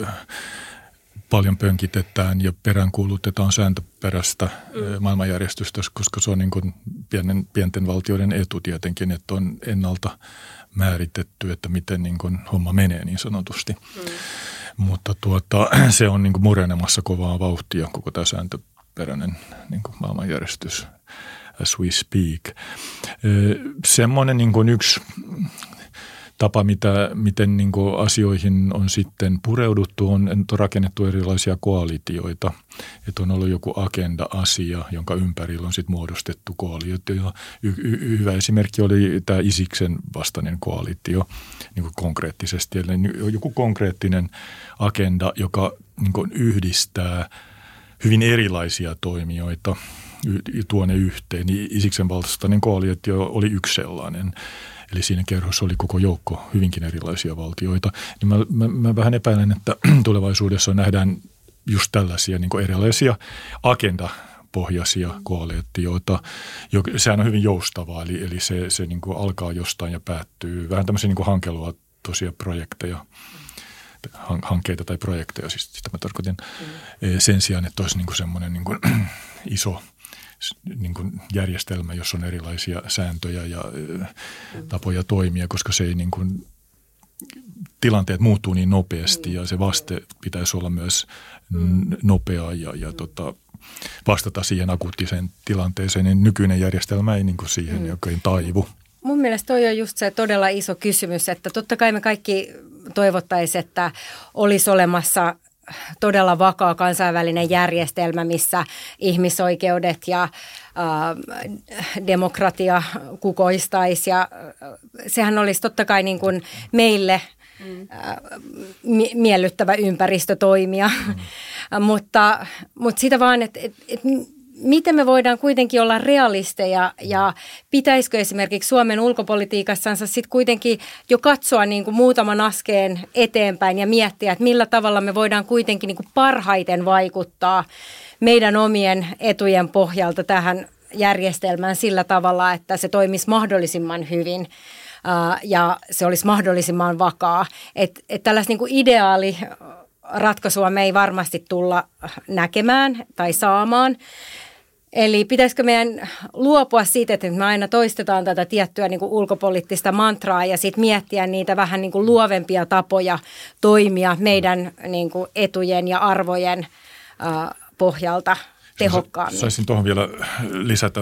paljon pönkitetään ja peräänkuulutetaan sääntöperäistä maailmanjärjestystä, koska se on niin kuin pienten valtioiden etu tietenkin, että on ennalta määritetty, että miten niin kuin homma menee niin sanotusti. Mutta se on niin kuin murenemassa kovaa vauhtia koko tämä sääntöperäinen niin kuin maailmanjärjestys. As we speak. Semmoinen niin kuin yksi tapa, miten niin kuin asioihin on sitten pureuduttu, on rakennettu erilaisia koalitioita. Että on ollut joku agenda-asia, jonka ympärillä on sitten muodostettu koalitio. Hyvä esimerkki oli tämä Isiksen vastainen koalitio niin kuin konkreettisesti. Eli joku konkreettinen agenda, joka niin kuin yhdistää hyvin erilaisia toimijoita, tuo ne yhteen. Niin Isiksen vastainen koalitio oli yksi sellainen. Eli siinä kerhossa oli koko joukko hyvinkin erilaisia valtioita. Niin mä vähän epäilen, että tulevaisuudessa nähdään just tällaisia niin kuin erilaisia agendapohjaisia koalitioita. Sehän on hyvin joustavaa, eli se niin kuin alkaa jostain ja päättyy. Vähän tämmöisiä niin kuin hankeluotoisia projekteja. Hankkeita tai projekteja, siis sitä mä tarkoitin. Sen sijaan, että olisi niin kuin semmoinen niin kuin iso niin kuin järjestelmä, jossa on erilaisia sääntöjä ja tapoja toimia, koska se ei niin kuin, tilanteet muuttuu niin nopeasti ja se vaste pitäisi olla myös nopeaa ja vastata siihen akuuttiseen tilanteeseen. Niin nykyinen järjestelmä ei niin kuin siihen oikein taivu. Mun mielestä toi on just se todella iso kysymys, että totta kai me kaikki toivottaisiin, että olisi olemassa todella vakaa kansainvälinen järjestelmä, missä ihmisoikeudet ja demokratia kukoistaisi. Ja sehän olisi totta kai niin kuin meille miellyttävä ympäristö toimia, mutta sitä vaan, että miten me voidaan kuitenkin olla realisteja ja pitäisikö esimerkiksi Suomen ulkopolitiikassansa sitten kuitenkin jo katsoa niin kuin muutaman askeen eteenpäin ja miettiä, että millä tavalla me voidaan kuitenkin niin kuin parhaiten vaikuttaa meidän omien etujen pohjalta tähän järjestelmään sillä tavalla, että se toimisi mahdollisimman hyvin ja se olisi mahdollisimman vakaa. Että tällaista niin kuin ideaaliratkaisua me ei varmasti tulla näkemään tai saamaan. Eli pitäisikö meidän luopua siitä, että me aina toistetaan tätä tiettyä niin kuin ulkopoliittista mantraa ja sitten miettiä niitä vähän niin kuin luovempia tapoja toimia meidän niin kuin etujen ja arvojen pohjalta tehokkaammin. Saisin tuohon vielä lisätä,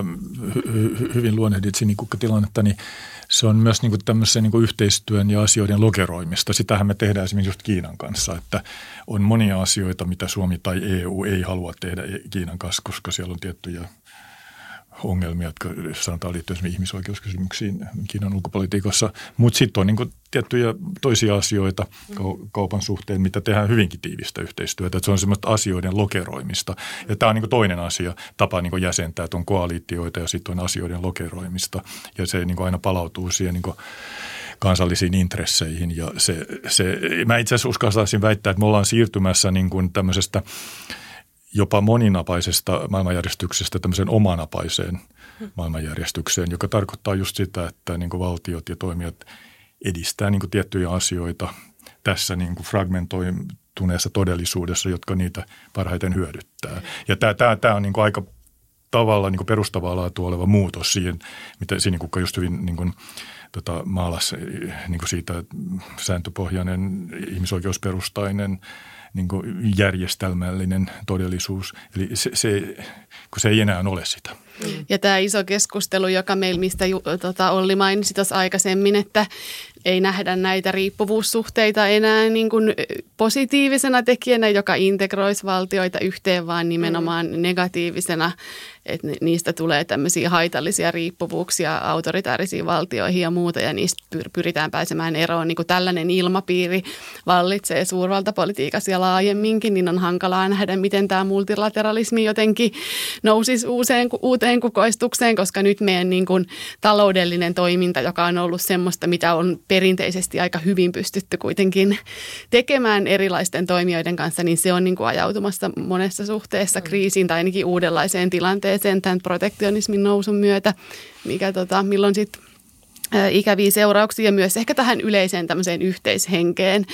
hyvin luonnehdit sinikukkatilannetta, niin se on myös niin kuin tämmöisen niin kuin yhteistyön ja asioiden lokeroimista. Sitähän me tehdään esimerkiksi just Kiinan kanssa, että on monia asioita, mitä Suomi tai EU ei halua tehdä Kiinan kanssa, koska siellä on tiettyjä ongelmia, jotka sanotaan liittyen esimerkiksi ihmisoikeuskysymyksiin Kiinan ulkopolitiikassa. Mutta sitten on niin kuin tiettyjä toisia asioita kaupan suhteen, mitä tehdään hyvinkin tiivistä yhteistyötä. Et se on semmoista asioiden lokeroimista. Ja tämä on niin kuin toinen asia, tapa niin kuin jäsentää, että on koalitioita ja sitten on asioiden lokeroimista. Ja se niin kuin aina palautuu siihen niin kuin kansallisiin intresseihin. Ja mä itse asiassa uskaltaisin väittää, että me ollaan siirtymässä niin kuin tämmöisestä jopa moninapaisesta maailmanjärjestyksestä tämmöiseen omanapaiseen maailmanjärjestykseen, joka tarkoittaa just sitä, että niin kuin valtiot ja toimijat edistää niin kuin tiettyjä asioita tässä niin kuin fragmentoituneessa todellisuudessa, jotka niitä parhaiten hyödyttää. Ja tämä on niin kuin aika tavalla niin kuin perustavaa laatua oleva muutos siihen, mitä Sinikukka just hyvin niin kuin maalasi niin kuin siitä sääntöpohjainen, ihmisoikeusperustainen, niin kuin järjestelmällinen todellisuus. Eli kun se ei enää ole sitä. Ja tämä iso keskustelu, joka meillä, mistä Olli mainitsi tuossa aikaisemmin, että ei nähdä näitä riippuvuussuhteita enää niin kuin positiivisena tekijänä, joka integroisi valtioita yhteen, vaan nimenomaan negatiivisena, että niistä tulee tämmöisiä haitallisia riippuvuuksia autoritaarisiin valtioihin ja muuta, ja niistä pyritään pääsemään eroon. Niin kuin tällainen ilmapiiri vallitsee suurvaltapolitiikassa ja laajemminkin, niin on hankalaa nähdä, miten tämä multilateralismi jotenkin nousisi uuteen kukoistukseen, koska nyt meidän niin kuin taloudellinen toiminta, joka on ollut semmoista, mitä on perinteisesti aika hyvin pystytty kuitenkin tekemään erilaisten toimijoiden kanssa, niin se on niin kuin ajautumassa monessa suhteessa kriisiin tai ainakin uudenlaiseen tilanteeseen tämän protektionismin nousun myötä, milloin sitten ikäviä seurauksia myös ehkä tähän yleiseen tämmöiseen yhteishenkeen.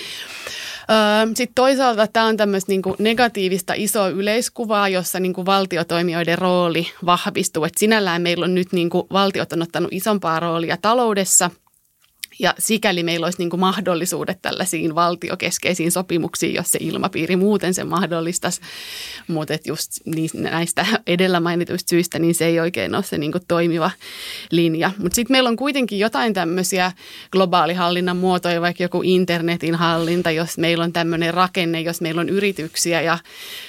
Sitten toisaalta tämä on tämmöistä niin kuin negatiivista isoa yleiskuvaa, jossa niin kuin valtiotoimijoiden rooli vahvistuu. Et sinällään meillä on nyt niin kuin valtiot on ottanut isompaa roolia taloudessa. Ja sikäli meillä olisi niin kuin mahdollisuudet tällaisiin valtiokeskeisiin sopimuksiin, jos se ilmapiiri muuten sen mahdollistaisi. Mutta just näistä edellä mainituista syistä, niin se ei oikein ole se niin kuin toimiva linja. Mutta sitten meillä on kuitenkin jotain tämmöisiä globaalihallinnan muotoja, vaikka joku internetin hallinta, jos meillä on tämmöinen rakenne, jos meillä on yrityksiä ja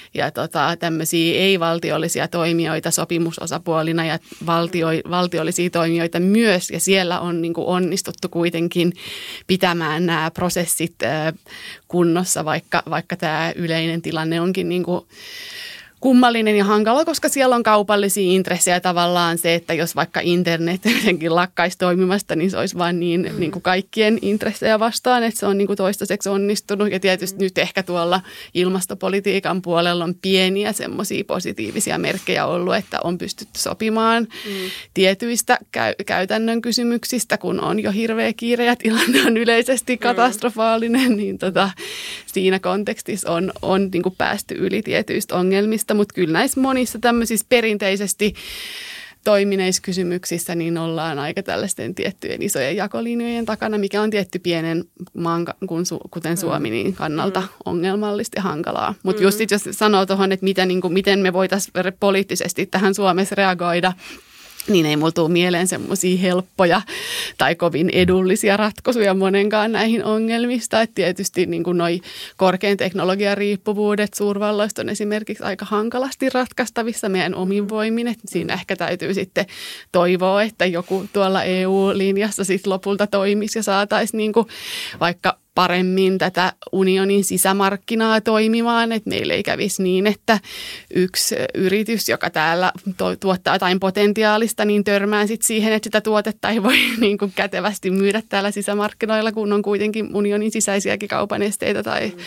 tämmöisiä ei-valtiollisia toimijoita sopimusosapuolina ja valtiollisia toimijoita myös. Ja siellä on niin kuin onnistuttu kuitenkin pitämään nämä prosessit kunnossa, vaikka tämä yleinen tilanne onkin niin kuin kummallinen ja hankala, koska siellä on kaupallisia intressejä tavallaan se, että jos vaikka internet jotenkin lakkaisi toimimasta, niin se olisi vain niin kuin kaikkien intressejä vastaan, että se on niin kuin toistaiseksi onnistunut. Ja tietysti nyt ehkä tuolla ilmastopolitiikan puolella on pieniä semmoisia positiivisia merkkejä ollut, että on pystytty sopimaan tietyistä käytännön kysymyksistä, kun on jo hirveä kiire ja tilanne on yleisesti katastrofaalinen, niin siinä kontekstissa on niin kuin päästy yli tietyistä ongelmista. Mutta kyllä näissä monissa tämmöisissä perinteisesti toimineissa kysymyksissä niin ollaan aika tällaisten tiettyjen isojen jakolinjojen takana, mikä on tietty pienen maan, kuten Suomi, niin kannalta ongelmallista ja hankalaa. Mutta just jos sanoo tuohon, että miten me voitaisiin poliittisesti tähän Suomessa reagoida, niin ei mulla tule mieleen semmoisia helppoja tai kovin edullisia ratkaisuja monenkaan näihin ongelmista. Et tietysti niin kuin noi korkean teknologian riippuvuudet suurvalloista on esimerkiksi aika hankalasti ratkaistavissa meidän omin voimin. Et siinä ehkä täytyy sitten toivoa, että joku tuolla EU-linjassa sit lopulta toimisi ja saataisiin niin kuin vaikka paremmin tätä unionin sisämarkkinaa toimimaan, että meillä ei kävisi niin, että yksi yritys, joka täällä tuottaa jotain potentiaalista, niin törmää sitten siihen, että sitä tuotetta ei voi niin kuin kätevästi myydä täällä sisämarkkinoilla, kun on kuitenkin unionin sisäisiäkin kaupan esteitä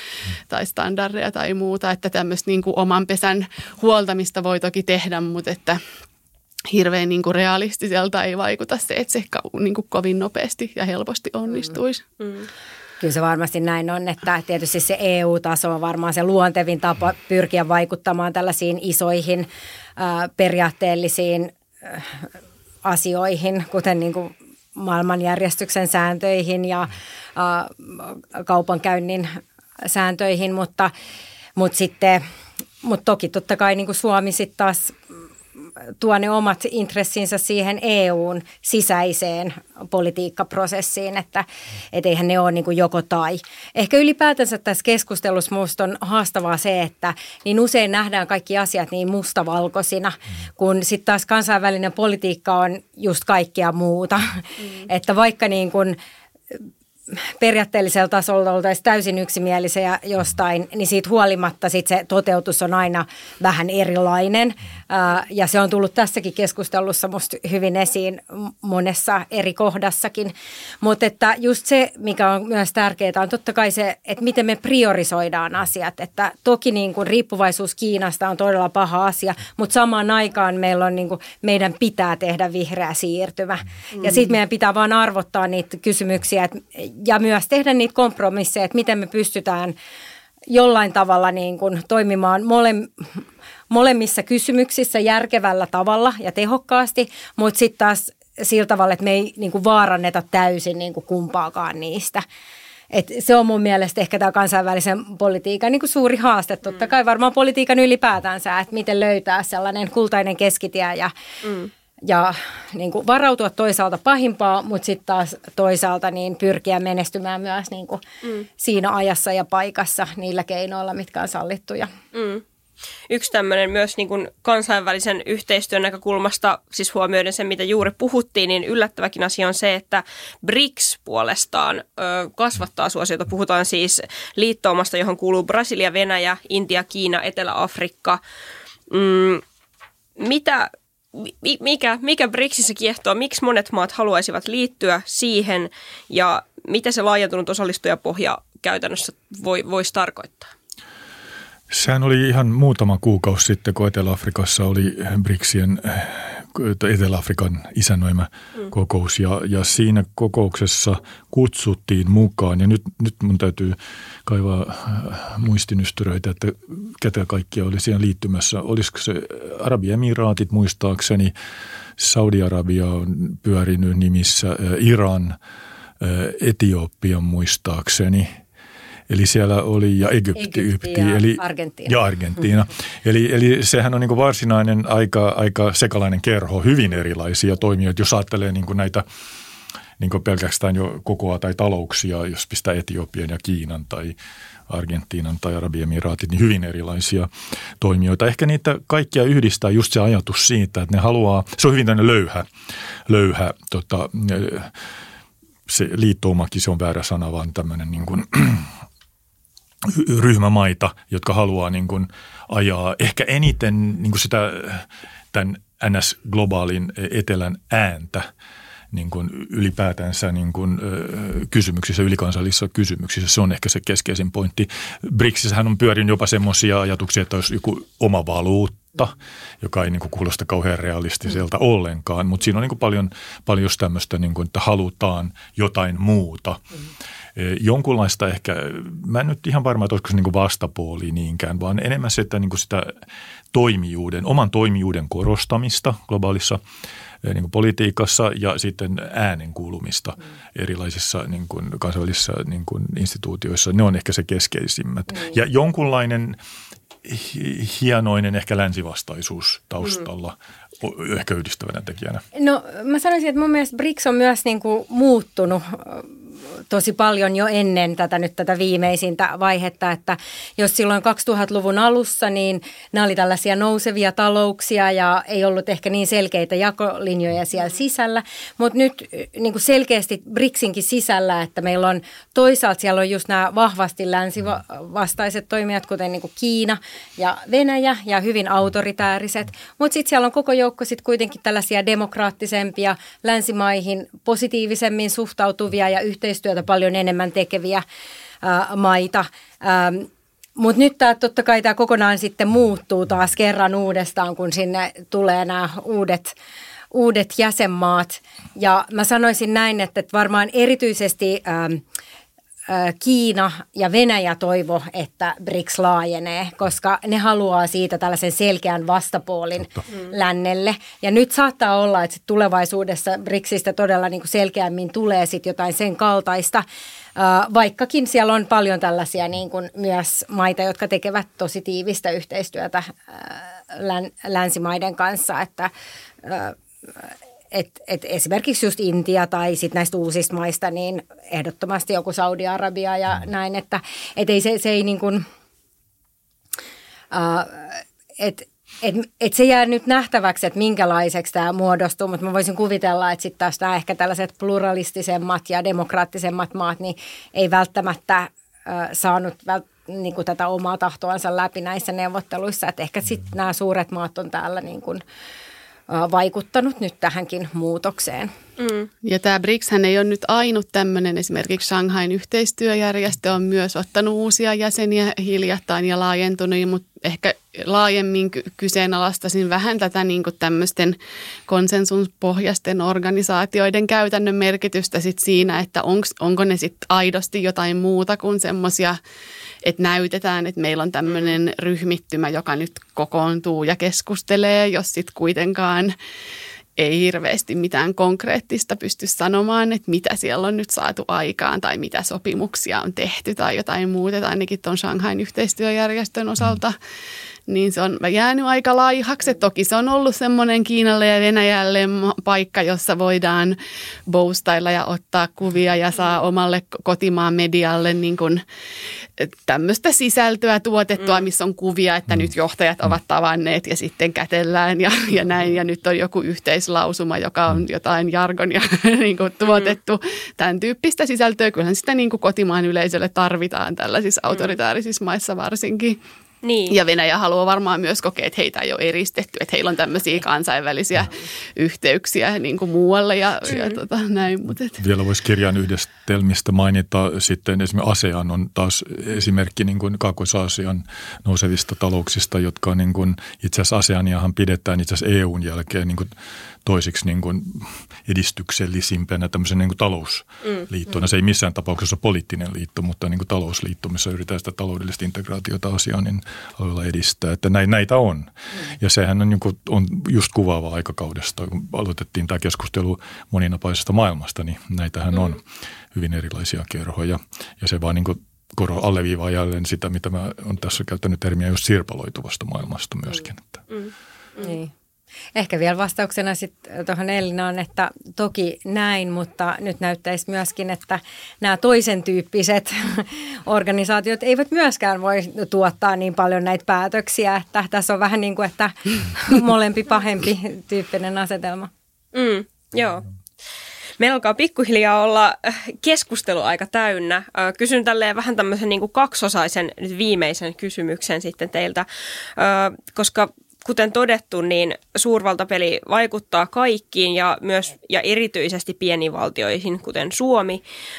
tai standardeja tai muuta, että tämmöistä niin kuin oman pesän huoltamista voi toki tehdä, mutta että hirveän niin kuin realistiselta ei vaikuta se, että se niin kuin kovin nopeasti ja helposti onnistuisi. Kyllä se varmasti näin on, että tietysti se EU-taso on varmaan se luontevin tapa pyrkiä vaikuttamaan tällaisiin isoihin periaatteellisiin asioihin, kuten niin kuin maailmanjärjestyksen sääntöihin ja kaupankäynnin sääntöihin, mutta toki totta kai niin kuin Suomi sitten taas tuo ne omat intressinsä siihen EUn sisäiseen politiikkaprosessiin, että eihän ne ole niin kuin joko tai. Ehkä ylipäätänsä tässä keskustelussa minusta on haastavaa se, että niin usein nähdään kaikki asiat niin mustavalkoisina, kun sitten taas kansainvälinen politiikka on just kaikkea muuta. Että vaikka niin kuin periaatteellisella tasolla oltaisiin täysin yksimielisiä jostain, niin siitä huolimatta sit se toteutus on aina vähän erilainen. Ja se on tullut tässäkin keskustelussa musta hyvin esiin monessa eri kohdassakin. Mutta että just se, mikä on myös tärkeää, on totta kai se, että miten me priorisoidaan asiat. Että toki niin kuin riippuvaisuus Kiinasta on todella paha asia, mutta samaan aikaan meillä on, niin kuin, meidän pitää tehdä vihreä siirtymä. Ja sitten meidän pitää vaan arvottaa niitä kysymyksiä, ja myös tehdä niitä kompromisseja, että miten me pystytään jollain tavalla niin kuin toimimaan molemmissa kysymyksissä järkevällä tavalla ja tehokkaasti, mutta sitten taas sillä tavalla, että me ei niin kuin vaaranneta täysin niin kuin kumpaakaan niistä. Et se on mun mielestä ehkä tämä kansainvälisen politiikan niin kuin suuri haaste. Totta kai varmaan politiikan ylipäätänsä, että miten löytää sellainen kultainen keskitie ja niin kuin varautua toisaalta pahimpaa, mutta sitten taas toisaalta niin pyrkiä menestymään myös niin kuin siinä ajassa ja paikassa niillä keinoilla, mitkä on sallittuja. Yksi tämmöinen myös niin kuin kansainvälisen yhteistyön näkökulmasta, siis huomioiden sen, mitä juuri puhuttiin, niin yllättäväkin asia on se, että BRICS puolestaan kasvattaa suosiota. Puhutaan siis liittoumasta, johon kuuluu Brasilia, Venäjä, Intia, Kiina, Etelä-Afrikka. Mikä BRICSissä kiehtoo? Miksi monet maat haluaisivat liittyä siihen ja mitä se laajentunut osallistujapohja käytännössä voisi tarkoittaa? Sehän oli ihan muutama kuukausi sitten, kun Etelä-Afrikassa oli BRICSien, Etelä-Afrikan isännöimä kokous. Ja siinä kokouksessa kutsuttiin mukaan, ja nyt mun täytyy kaivaa muistinystyröitä, että ketä kaikkia oli siinä liittymässä. Olisiko se Arabiemiraatit muistaakseni, Saudi-Arabia on pyörinyt nimissä, Iran, Etiopia muistaakseni. Eli siellä oli ja Egypti eli Argentiina. Eli sehän on niin kuin varsinainen aika sekalainen kerho, hyvin erilaisia toimijoita. Jos ajattelee niin kuin näitä niin kuin pelkästään jo kokoa tai talouksia, jos pistää Etiopian ja Kiinan tai Argentiinan tai Arabiemiraatit, niin hyvin erilaisia toimijoita. Ehkä niitä kaikkia yhdistää just se ajatus siitä, että ne haluaa, se on hyvin tämmöinen löyhä se liittoumakin, se on väärä sana, vaan tämmöinen niin kuin ryhmämaita, jotka haluaa niin kuin ajaa ehkä eniten niin kuin sitä tämän NS-globaalin etelän ääntä niin kuin ylipäätänsä niin kuin kysymyksissä, ylikansallisissa kysymyksissä. Se on ehkä se keskeisin pointti. BRICSissähän on pyörinyt jopa semmoisia ajatuksia, että olisi joku oma valuutta, joka ei niin kuin kuulosta kauhean realistiselta ollenkaan, mutta siinä on niin kuin paljon just tämmöistä, niin kuin, että halutaan jotain muuta. Jonkunlaista ehkä, mä en nyt ihan varma, että olisiko se niin kuin vastapuoli niinkään, vaan enemmän se, että niin kuin sitä oman toimijuuden korostamista globaalissa niin kuin politiikassa ja sitten äänen kuulumista erilaisissa niin kuin kansainvälisissä niin kuin instituutioissa. Ne on ehkä se keskeisimmät. Ja jonkunlainen hienoinen ehkä länsivastaisuus taustalla ehkä yhdistävänä tekijänä. No mä sanoisin, että mun mielestä BRICS on myös niin kuin muuttunut tosi paljon jo ennen tätä viimeisintä vaihetta, että jos silloin 2000-luvun alussa, niin nämä oli tällaisia nousevia talouksia ja ei ollut ehkä niin selkeitä jakolinjoja siellä sisällä, mutta nyt niin kuin selkeästi BRICSinkin sisällä, että meillä on toisaalta siellä on just nämä vahvasti länsivastaiset toimijat, kuten niin kuin Kiina ja Venäjä ja hyvin autoritääriset, mutta sitten siellä on koko joukko sitten kuitenkin tällaisia demokraattisempia, länsimaihin positiivisemmin suhtautuvia ja yhteistyötä paljon enemmän tekeviä maita. Mutta nyt totta kai tämä kokonaan sitten muuttuu taas kerran uudestaan, kun sinne tulee nämä uudet jäsenmaat. Ja mä sanoisin näin, että varmaan erityisesti Kiina ja Venäjä toivo, että BRICS laajenee, koska ne haluaa siitä tällaisen selkeän vastapuolin lännelle. Ja nyt saattaa olla, että tulevaisuudessa BRICSistä todella niin kuin selkeämmin tulee sitten jotain sen kaltaista, vaikkakin siellä on paljon tällaisia niin kuin myös maita, jotka tekevät tosi tiivistä yhteistyötä länsimaiden kanssa, että et esimerkiksi just Intia tai sitten näistä uusista maista, niin ehdottomasti joku Saudi-Arabia ja näin, että ei se ei niin kuin, se jää nyt nähtäväksi, että minkälaiseksi tämä muodostuu, mutta mä voisin kuvitella, että sitten taas nämä ehkä tällaiset pluralistisemmat ja demokraattisemmat maat, niin ei välttämättä saanut niin kuin tätä omaa tahtoansa läpi näissä neuvotteluissa, että ehkä sitten nämä suuret maat on täällä niin kuin vaikuttanut nyt tähänkin muutokseen. Ja tämä BRICShän ei ole nyt ainut tämmöinen, esimerkiksi Shanghain yhteistyöjärjestö on myös ottanut uusia jäseniä hiljattain ja laajentunut, mutta ehkä laajemmin kyseenalastaisin vähän tätä niin kuin tämmöisten konsensuspohjaisten organisaatioiden käytännön merkitystä sit siinä, että onko ne sitten aidosti jotain muuta kuin semmoisia, että näytetään, että meillä on tämmöinen ryhmittymä, joka nyt kokoontuu ja keskustelee, jos sitten kuitenkaan ei hirveästi mitään konkreettista pysty sanomaan, että mitä siellä on nyt saatu aikaan tai mitä sopimuksia on tehty tai jotain muuta, ainakin tuon Shanghain yhteistyöjärjestön osalta, niin se on jäänyt aika laihaksi. Toki se on ollut semmoinen Kiinalle ja Venäjälle paikka, jossa voidaan boastailla ja ottaa kuvia ja saa omalle kotimaan medialle niin kuin tämmöistä sisältöä tuotettua, missä on kuvia, että nyt johtajat ovat tavanneet ja sitten kätellään ja näin. Ja nyt on joku yhteislausuma, joka on jotain jargonia niin kuin tuotettu. Tämän tyyppistä sisältöä. Kyllähän sitä niin kuin kotimaan yleisölle tarvitaan tällaisissa autoritaarisissa maissa varsinkin. Niin. Ja Venäjä haluaa varmaan myös kokea, että heitä ei ole eristetty, että heillä on tämmöisiä kansainvälisiä yhteyksiä niin kuin muualle ja näin. Vielä voisi kirjan yhdistelmistä mainita sitten esimerkiksi ASEAN on taas esimerkki niin kuin Kaakkois-Aasian nousevista talouksista, jotka niin kuin itse asiassa ASEANiahan pidetään itse asiassa EUn jälkeen niin kuin toisiksi niin kuin edistyksellisimpänä tämmöisen niin kuin talousliittona. Se ei missään tapauksessa ole poliittinen liitto, mutta niin kuin talousliitto, missä yritetään sitä taloudellista integraatiota ASEANin alueella edistää. Että näitä on. Ja sehän on, niin kuin, on just kuvaava aikakaudesta, kun aloitettiin tämä keskustelu moninapaisesta maailmasta, niin näitähän on hyvin erilaisia kerhoja. Ja se vaan niin kuin alleviivaa jälleen sitä, mitä mä olen tässä käyttänyt termiä just sirpaloituvasta maailmasta myöskin. Niin. Ehkä vielä vastauksena sitten tuohon Ellinaan, että toki näin, mutta nyt näyttäisi myöskin, että nämä toisen tyyppiset organisaatiot eivät myöskään voi tuottaa niin paljon näitä päätöksiä, että tässä on vähän niin kuin, että molempi pahempi tyyppinen asetelma. Joo. Meillä alkaa pikkuhiljaa olla keskusteluaika täynnä. Kysyn tälleen vähän tämmöisen niin kuin kaksosaisen nyt viimeisen kysymyksen sitten teiltä, koska kuten todettu, niin suurvaltapeli vaikuttaa kaikkiin ja erityisesti pieniin valtioihin, kuten Suomi.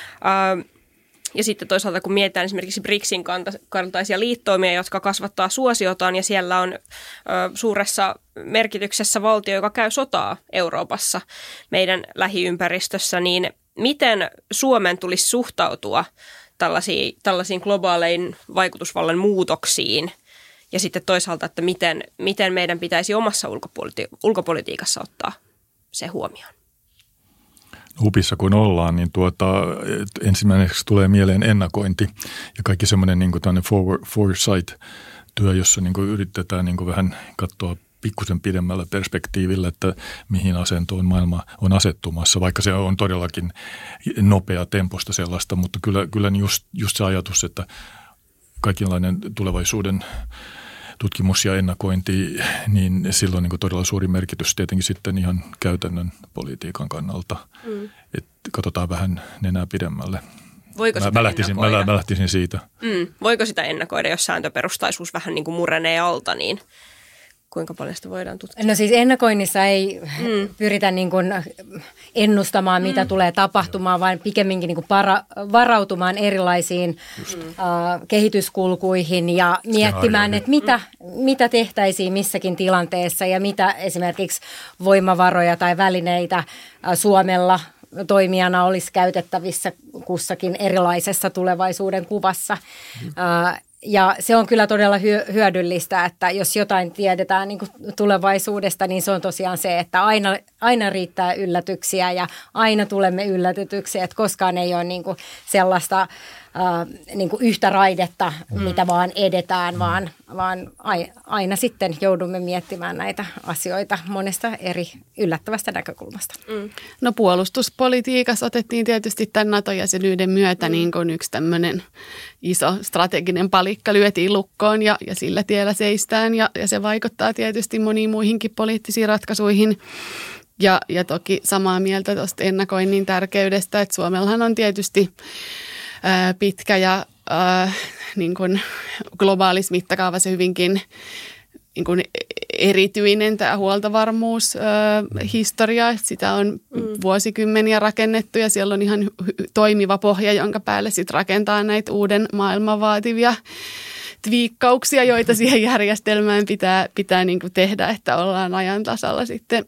Ja sitten toisaalta, kun mietitään esimerkiksi BRICSin kaltaisia liittoimia, jotka kasvattaa suosiotaan, ja siellä on suuressa merkityksessä valtio, joka käy sotaa Euroopassa, meidän lähiympäristössä, niin miten Suomen tulisi suhtautua tällaisiin globaalein vaikutusvallan muutoksiin? Ja sitten toisaalta, että miten meidän pitäisi omassa ulkopolitiikassa ottaa se huomioon. Hupissa kun ollaan, niin ensimmäiseksi tulee mieleen ennakointi ja kaikki semmoinen niin kuin foresight-työ, jossa niin kuin yritetään niin kuin vähän katsoa pikkusen pidemmällä perspektiivillä, että mihin asentoon maailma on asettumassa, vaikka se on todellakin nopea temposta sellaista, mutta kyllä just se ajatus, että kaikenlainen tulevaisuuden tutkimus ja ennakointi, niin silloin niin kuin todella suuri merkitys tietenkin sitten ihan käytännön politiikan kannalta. Että katsotaan vähän nenää pidemmälle. Voiko sitä mä lähtisin siitä. Voiko sitä ennakoida, jos sääntöperustaisuus vähän niin kuin murenee alta, niin kuinka paljon sitä voidaan tutkia? No siis ennakoinnissa ei pyritä niin kuin ennustamaan, mitä tulee tapahtumaan, vaan pikemminkin niin kuin varautumaan erilaisiin kehityskulkuihin ja miettimään, että mitä tehtäisiin missäkin tilanteessa ja mitä esimerkiksi voimavaroja tai välineitä Suomella toimijana olisi käytettävissä kussakin erilaisessa tulevaisuuden kuvassa. Ja se on kyllä todella hyödyllistä, että jos jotain tiedetään niin kuin tulevaisuudesta, niin se on tosiaan se, että aina riittää yllätyksiä ja aina tulemme yllätetyksi, että koskaan ei ole niin kuin sellaista niin kuin yhtä raidetta, mitä vaan edetään, vaan aina sitten joudumme miettimään näitä asioita monesta eri yllättävästä näkökulmasta. No puolustuspolitiikassa otettiin tietysti tämän NATO-jäsenyyden myötä niin kuin yksi tämmöinen iso strateginen palikka lyötiin lukkoon ja sillä tiellä seistään ja se vaikuttaa tietysti moniin muihinkin poliittisiin ratkaisuihin. Ja toki samaa mieltä tuosta ennakoinnin tärkeydestä, että Suomellahan on tietysti pitkä ja niin kuin globaalissa mittakaavassa hyvinkin niin kuin erityinen tämä huoltovarmuushistoria. Sitä on vuosikymmeniä rakennettu ja siellä on ihan toimiva pohja, jonka päälle sitten rakentaa näitä uuden maailman vaativia twiikkauksia, joita siihen järjestelmään pitää niin kuin tehdä, että ollaan ajan tasalla sitten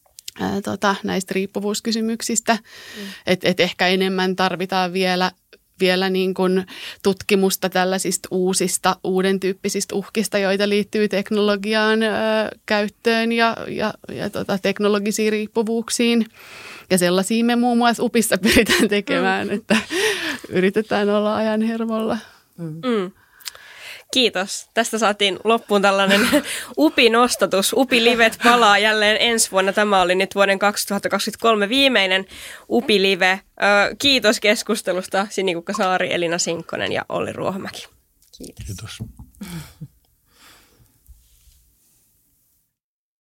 näistä riippuvuuskysymyksistä. Et ehkä enemmän tarvitaan vielä niin kuin tutkimusta tällaisista uuden tyyppisistä uhkista, joita liittyy teknologiaan käyttöön ja teknologisiin riippuvuuksiin. Ja sellaisia me muun muassa UPissa pyritään tekemään, että yritetään olla ajan hermolla. Kiitos. Tästä saatiin loppuun tällainen UPI-nostatus. UPI-livet palaa jälleen ensi vuonna. Tämä oli nyt vuoden 2023 viimeinen UPI-live. Kiitos keskustelusta Sinikukka Saari, Elina Sinkkonen ja Olli Ruohomäki. Kiitos. Kiitos.